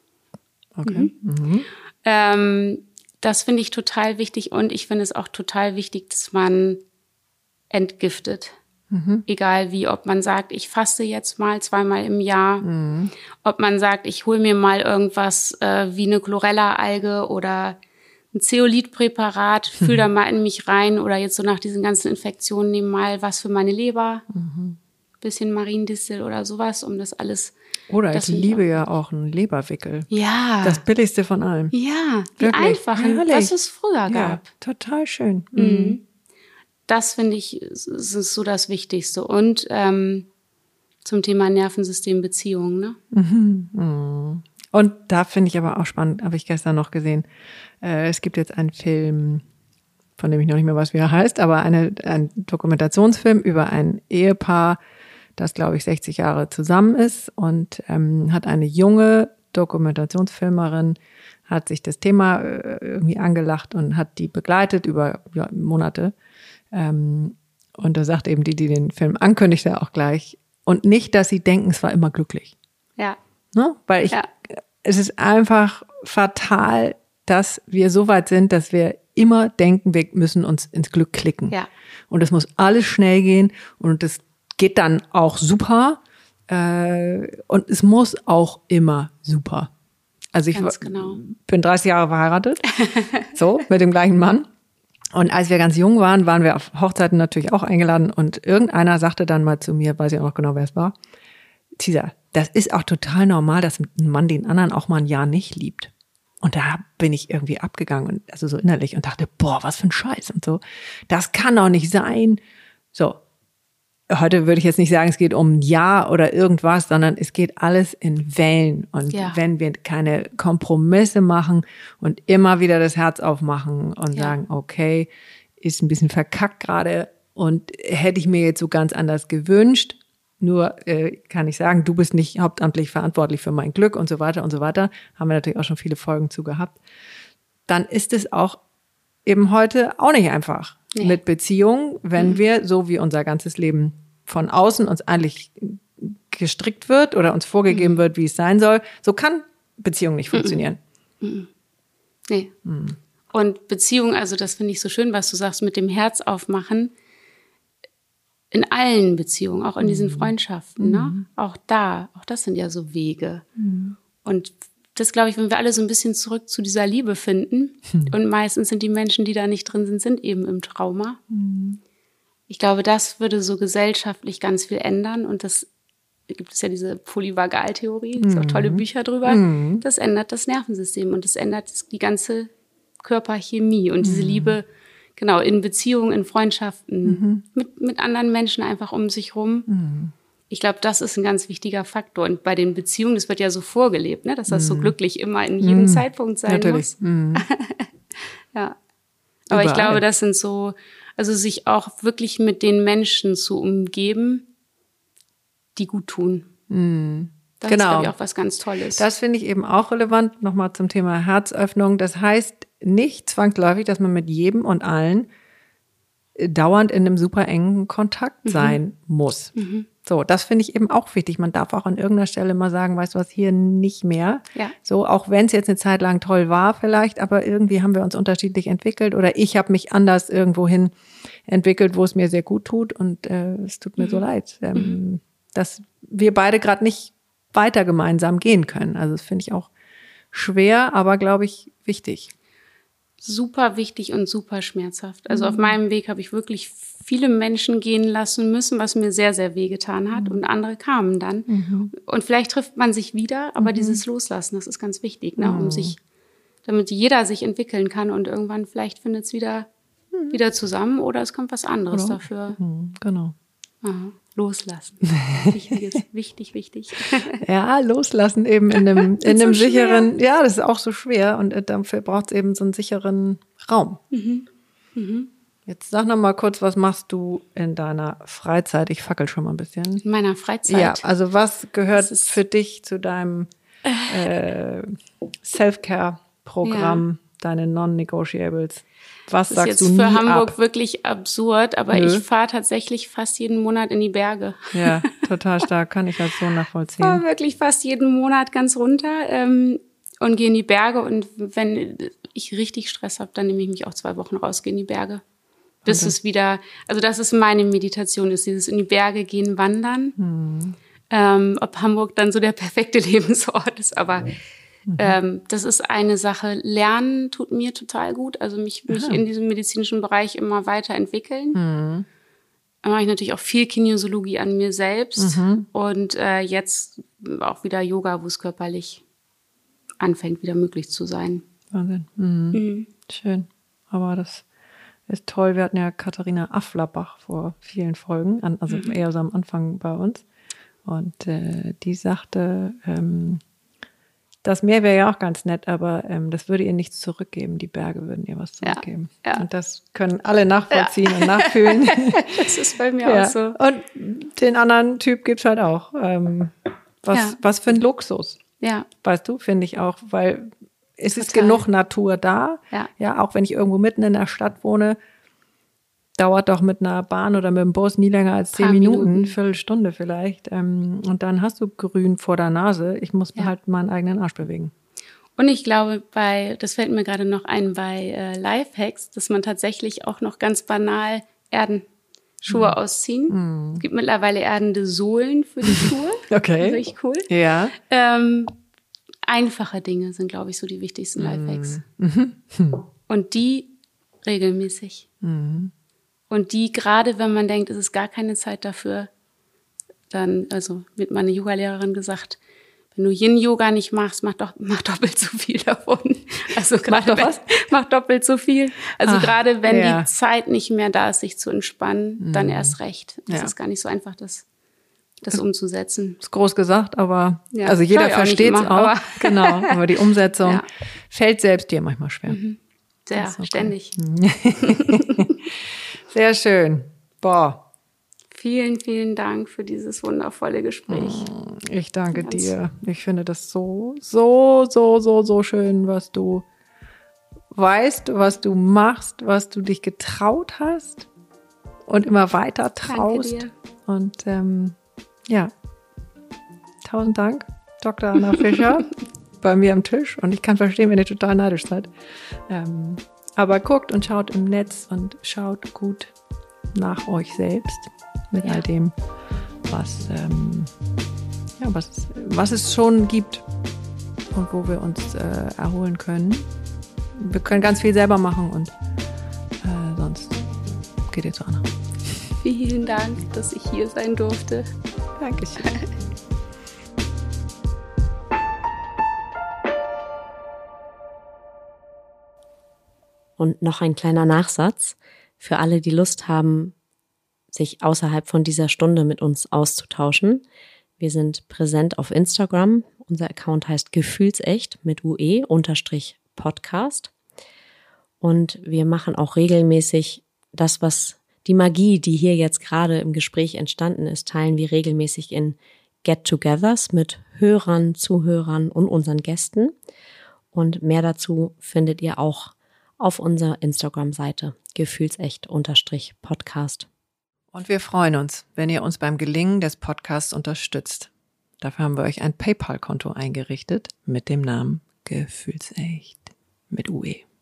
Okay. Mhm. Mhm. Ähm, das finde ich total wichtig. Und ich finde es auch total wichtig, dass man entgiftet. Mhm. Egal wie, ob man sagt, ich faste jetzt mal zweimal im Jahr, mhm. ob man sagt, ich hole mir mal irgendwas äh, wie eine Chlorella-Alge oder ein Zeolithpräparat, fühl mhm. da mal in mich rein oder jetzt so nach diesen ganzen Infektionen nehmen mal was für meine Leber, mhm. bisschen Mariendistel oder sowas, um das alles. Oder ich liebe auch. ja auch einen Leberwickel. Ja. Das billigste von allem. Ja, die einfachen, was es früher gab. Ja, total schön. Mhm. Mhm. Das finde ich, ist so das Wichtigste. Und ähm, zum Thema Nervensystem, Beziehungen, ne? Mhm. Mhm. Und da finde ich aber auch spannend, habe ich gestern noch gesehen, äh, es gibt jetzt einen Film, von dem ich noch nicht mehr weiß, wie er heißt, aber eine, ein Dokumentationsfilm über ein Ehepaar, das, glaube ich, sechzig Jahre zusammen ist und ähm, hat eine junge Dokumentationsfilmerin, hat sich das Thema äh, irgendwie angelacht und hat die begleitet über ja, Monate. Ähm, und da sagt eben die, die den Film ankündigt, ja auch gleich, und nicht, dass sie denken, es war immer glücklich. Ja. Ne? Weil ich, ja. es ist einfach fatal, dass wir so weit sind, dass wir immer denken, wir müssen uns ins Glück klicken. Ja. Und es muss alles schnell gehen und das geht dann auch super. Äh, und es muss auch immer super. Also ich Ganz genau. bin dreißig Jahre verheiratet, so, mit dem gleichen Mann. Und als wir ganz jung waren, waren wir auf Hochzeiten natürlich auch eingeladen und irgendeiner sagte dann mal zu mir, weiß ich auch noch genau, wer es war, Tisa, das ist auch total normal, dass ein Mann den anderen auch mal ein Jahr nicht liebt. Und da bin ich irgendwie abgegangen, und also so innerlich, und dachte, boah, was für ein Scheiß und so. Das kann doch nicht sein. So, heute würde ich jetzt nicht sagen, es geht um ein Jahr oder irgendwas, sondern es geht alles in Wellen. Und ja. wenn wir keine Kompromisse machen und immer wieder das Herz aufmachen und ja. sagen, okay, ist ein bisschen verkackt gerade und hätte ich mir jetzt so ganz anders gewünscht, nur äh, kann ich sagen, du bist nicht hauptamtlich verantwortlich für mein Glück und so weiter und so weiter, haben wir natürlich auch schon viele Folgen zu gehabt, dann ist es auch eben heute auch nicht einfach nee. mit Beziehungen, wenn mhm. wir, so wie unser ganzes Leben von außen uns eigentlich gestrickt wird oder uns vorgegeben mhm. wird, wie es sein soll, so kann Beziehung nicht funktionieren. Mhm. Nee. Mhm. Und Beziehung, also das finde ich so schön, was du sagst mit dem Herz aufmachen. in allen Beziehungen, auch in diesen Mhm. Freundschaften, ne? Mhm. Auch da, auch das sind ja so Wege. Mhm. Und das, glaube ich, wenn wir alle so ein bisschen zurück zu dieser Liebe finden, Mhm. und meistens sind die Menschen, die da nicht drin sind, sind eben im Trauma. Mhm. Ich glaube, das würde so gesellschaftlich ganz viel ändern. Und das gibt es ja diese Polyvagaltheorie, es gibt auch tolle Bücher drüber. Mhm. Das ändert das Nervensystem und das ändert die ganze Körperchemie. Und diese Liebe, genau, in Beziehungen, in Freundschaften, Mhm. mit, mit anderen Menschen einfach um sich rum. Mhm. Ich glaube, das ist ein ganz wichtiger Faktor. Und bei den Beziehungen, das wird ja so vorgelebt, ne, dass das so glücklich immer in jedem Mhm. Zeitpunkt sein Natürlich. muss. Mhm. Ja. Aber ich Überall. glaube, das sind so, also sich auch wirklich mit den Menschen zu umgeben, die gut tun. Mhm. Das Genau. ist, glaube ich, auch was ganz Tolles. Das finde ich eben auch relevant, nochmal zum Thema Herzöffnung. Das heißt nicht zwangsläufig, dass man mit jedem und allen dauernd in einem super engen Kontakt sein muss. So, das finde ich eben auch wichtig. Man darf auch an irgendeiner Stelle mal sagen, weißt du was, hier nicht mehr. Ja. So, auch wenn es jetzt eine Zeit lang toll war vielleicht, aber irgendwie haben wir uns unterschiedlich entwickelt oder ich habe mich anders irgendwohin entwickelt, wo es mir sehr gut tut und äh, es tut mir so leid, ähm, dass wir beide gerade nicht weiter gemeinsam gehen können. Also das finde ich auch schwer, aber glaube ich wichtig. Super wichtig und super schmerzhaft. Also auf meinem Weg habe ich wirklich viele Menschen gehen lassen müssen, was mir sehr, sehr wehgetan hat. Und andere kamen dann. Und vielleicht trifft man sich wieder, aber dieses Loslassen, das ist ganz wichtig, ne? Um sich, damit jeder sich entwickeln kann und irgendwann vielleicht findet es wieder, wieder zusammen oder es kommt was anderes Oder? dafür. Hm, genau. Aha. Loslassen. Wichtiges, wichtig, wichtig. Ja, loslassen eben in einem, in so einem schwer. sicheren, ja, das ist auch so schwer und äh, dafür braucht es eben so einen sicheren Raum. Mhm. Mhm. Jetzt sag noch mal kurz, was machst du in deiner Freizeit? Ich fackel schon mal ein bisschen. In meiner Freizeit. Ja, also was gehört Das ist- für dich zu deinem äh, Self-Care-Programm, deine Non-Negotiables? Was Das ist sagst jetzt du nie für Hamburg ab? wirklich absurd, aber Nö. ich fahre tatsächlich fast jeden Monat in die Berge. Ja, total stark, kann ich als so Ich fahre nachvollziehen. wirklich fast jeden Monat ganz runter ähm, und gehe in die Berge. Und wenn ich richtig Stress habe, dann nehme ich mich auch zwei Wochen raus, gehe in die Berge. Bis Okay. es wieder, also das ist meine Meditation, ist dieses in die Berge gehen, wandern. Hm. Ähm, ob Hamburg dann so der perfekte Lebensort ist, aber Mhm. ähm, das ist eine Sache. Lernen tut mir total gut, also mich, mich Aha. in diesem medizinischen Bereich immer weiterentwickeln. Mhm. Dann mache ich natürlich auch viel Kinesiologie an mir selbst Mhm. und äh, jetzt auch wieder Yoga, wo es körperlich anfängt, wieder möglich zu sein. Wahnsinn. Mhm. Mhm. Schön. Aber das ist toll. Wir hatten ja Katharina Afflerbach vor vielen Folgen, an, also Mhm. eher so am Anfang bei uns. Und äh, die sagte, ähm, das Meer wäre ja auch ganz nett, aber ähm, das würde ihr nichts zurückgeben. Die Berge würden ihr was Ja, zurückgeben. ja. Und das können alle nachvollziehen und nachfühlen. Das ist bei mir ja. auch so. Und den anderen Typ gibt's halt auch. Ähm, was, Ja. was für ein Luxus. Ja, Weißt du, finde ich auch, weil es ist Total. genug Natur da. Ja. Ja, auch wenn ich irgendwo mitten in der Stadt wohne, dauert doch mit einer Bahn oder mit dem Bus nie länger als zehn Paar Minuten, Minuten. Viertelstunde vielleicht. Ähm, und dann hast du Grün vor der Nase. Ich muss Ja. halt meinen eigenen Arsch bewegen. und ich glaube, bei, das fällt mir gerade noch ein, bei äh, Lifehacks, dass man tatsächlich auch noch ganz banal Erden Schuhe ausziehen. Es gibt mittlerweile erdende Sohlen für die Schuhe. Okay. Richtig cool. Ja. Ähm, einfache Dinge sind, glaube ich, so die wichtigsten Lifehacks. Und die regelmäßig. Und die, gerade wenn man denkt, es ist gar keine Zeit dafür, dann, also mit meiner Yoga-Lehrerin gesagt, wenn du Yin-Yoga nicht machst, mach, doch, mach doppelt so viel davon. Also gerade doch wenn- was? Mach doppelt so viel. Also Ach, gerade wenn ja. die Zeit nicht mehr da ist, sich zu entspannen, dann erst recht. Es Ja. ist gar nicht so einfach, das, das umzusetzen. Ist groß gesagt, aber Ja, also jeder glaub ich auch nicht versteht es immer, auch. aber- Genau, aber die Umsetzung Ja. fällt selbst dir manchmal schwer. Sehr, Das ist okay. ständig. Sehr schön. Boah, Vielen, vielen Dank für dieses wundervolle Gespräch. ich danke Ganz- dir. Ich finde das so, so, so, so, so schön, was du weißt, was du machst, was du dich getraut hast und immer weiter traust. Danke dir. Und ähm, ja, tausend Dank, Doktor Anna Fischer, bei mir am Tisch. Und ich kann verstehen, wenn ihr total neidisch seid. Ähm, aber guckt und schaut im Netz und schaut gut nach euch selbst. mit Ja. all dem, was, ähm, ja, was, was es schon gibt und wo wir uns äh, erholen können. Wir können ganz viel selber machen und äh, sonst geht ihr zu Anna. Vielen Dank, dass ich hier sein durfte. Dankeschön. Und noch ein kleiner Nachsatz für alle, die Lust haben, sich außerhalb von dieser Stunde mit uns auszutauschen. Wir sind präsent auf Instagram. Unser Account heißt gefühlsecht mit U E unterstrich Podcast. Und wir machen auch regelmäßig das, was die Magie, die hier jetzt gerade im Gespräch entstanden ist, teilen wir regelmäßig in Get-togethers mit Hörern, Zuhörern und unseren Gästen. Und mehr dazu findet ihr auch auf unserer Instagram-Seite gefühlsecht unterstrich Podcast. Und wir freuen uns, wenn ihr uns beim Gelingen des Podcasts unterstützt. Dafür haben wir euch ein PayPal-Konto eingerichtet mit dem Namen Gefühlsecht mit U E.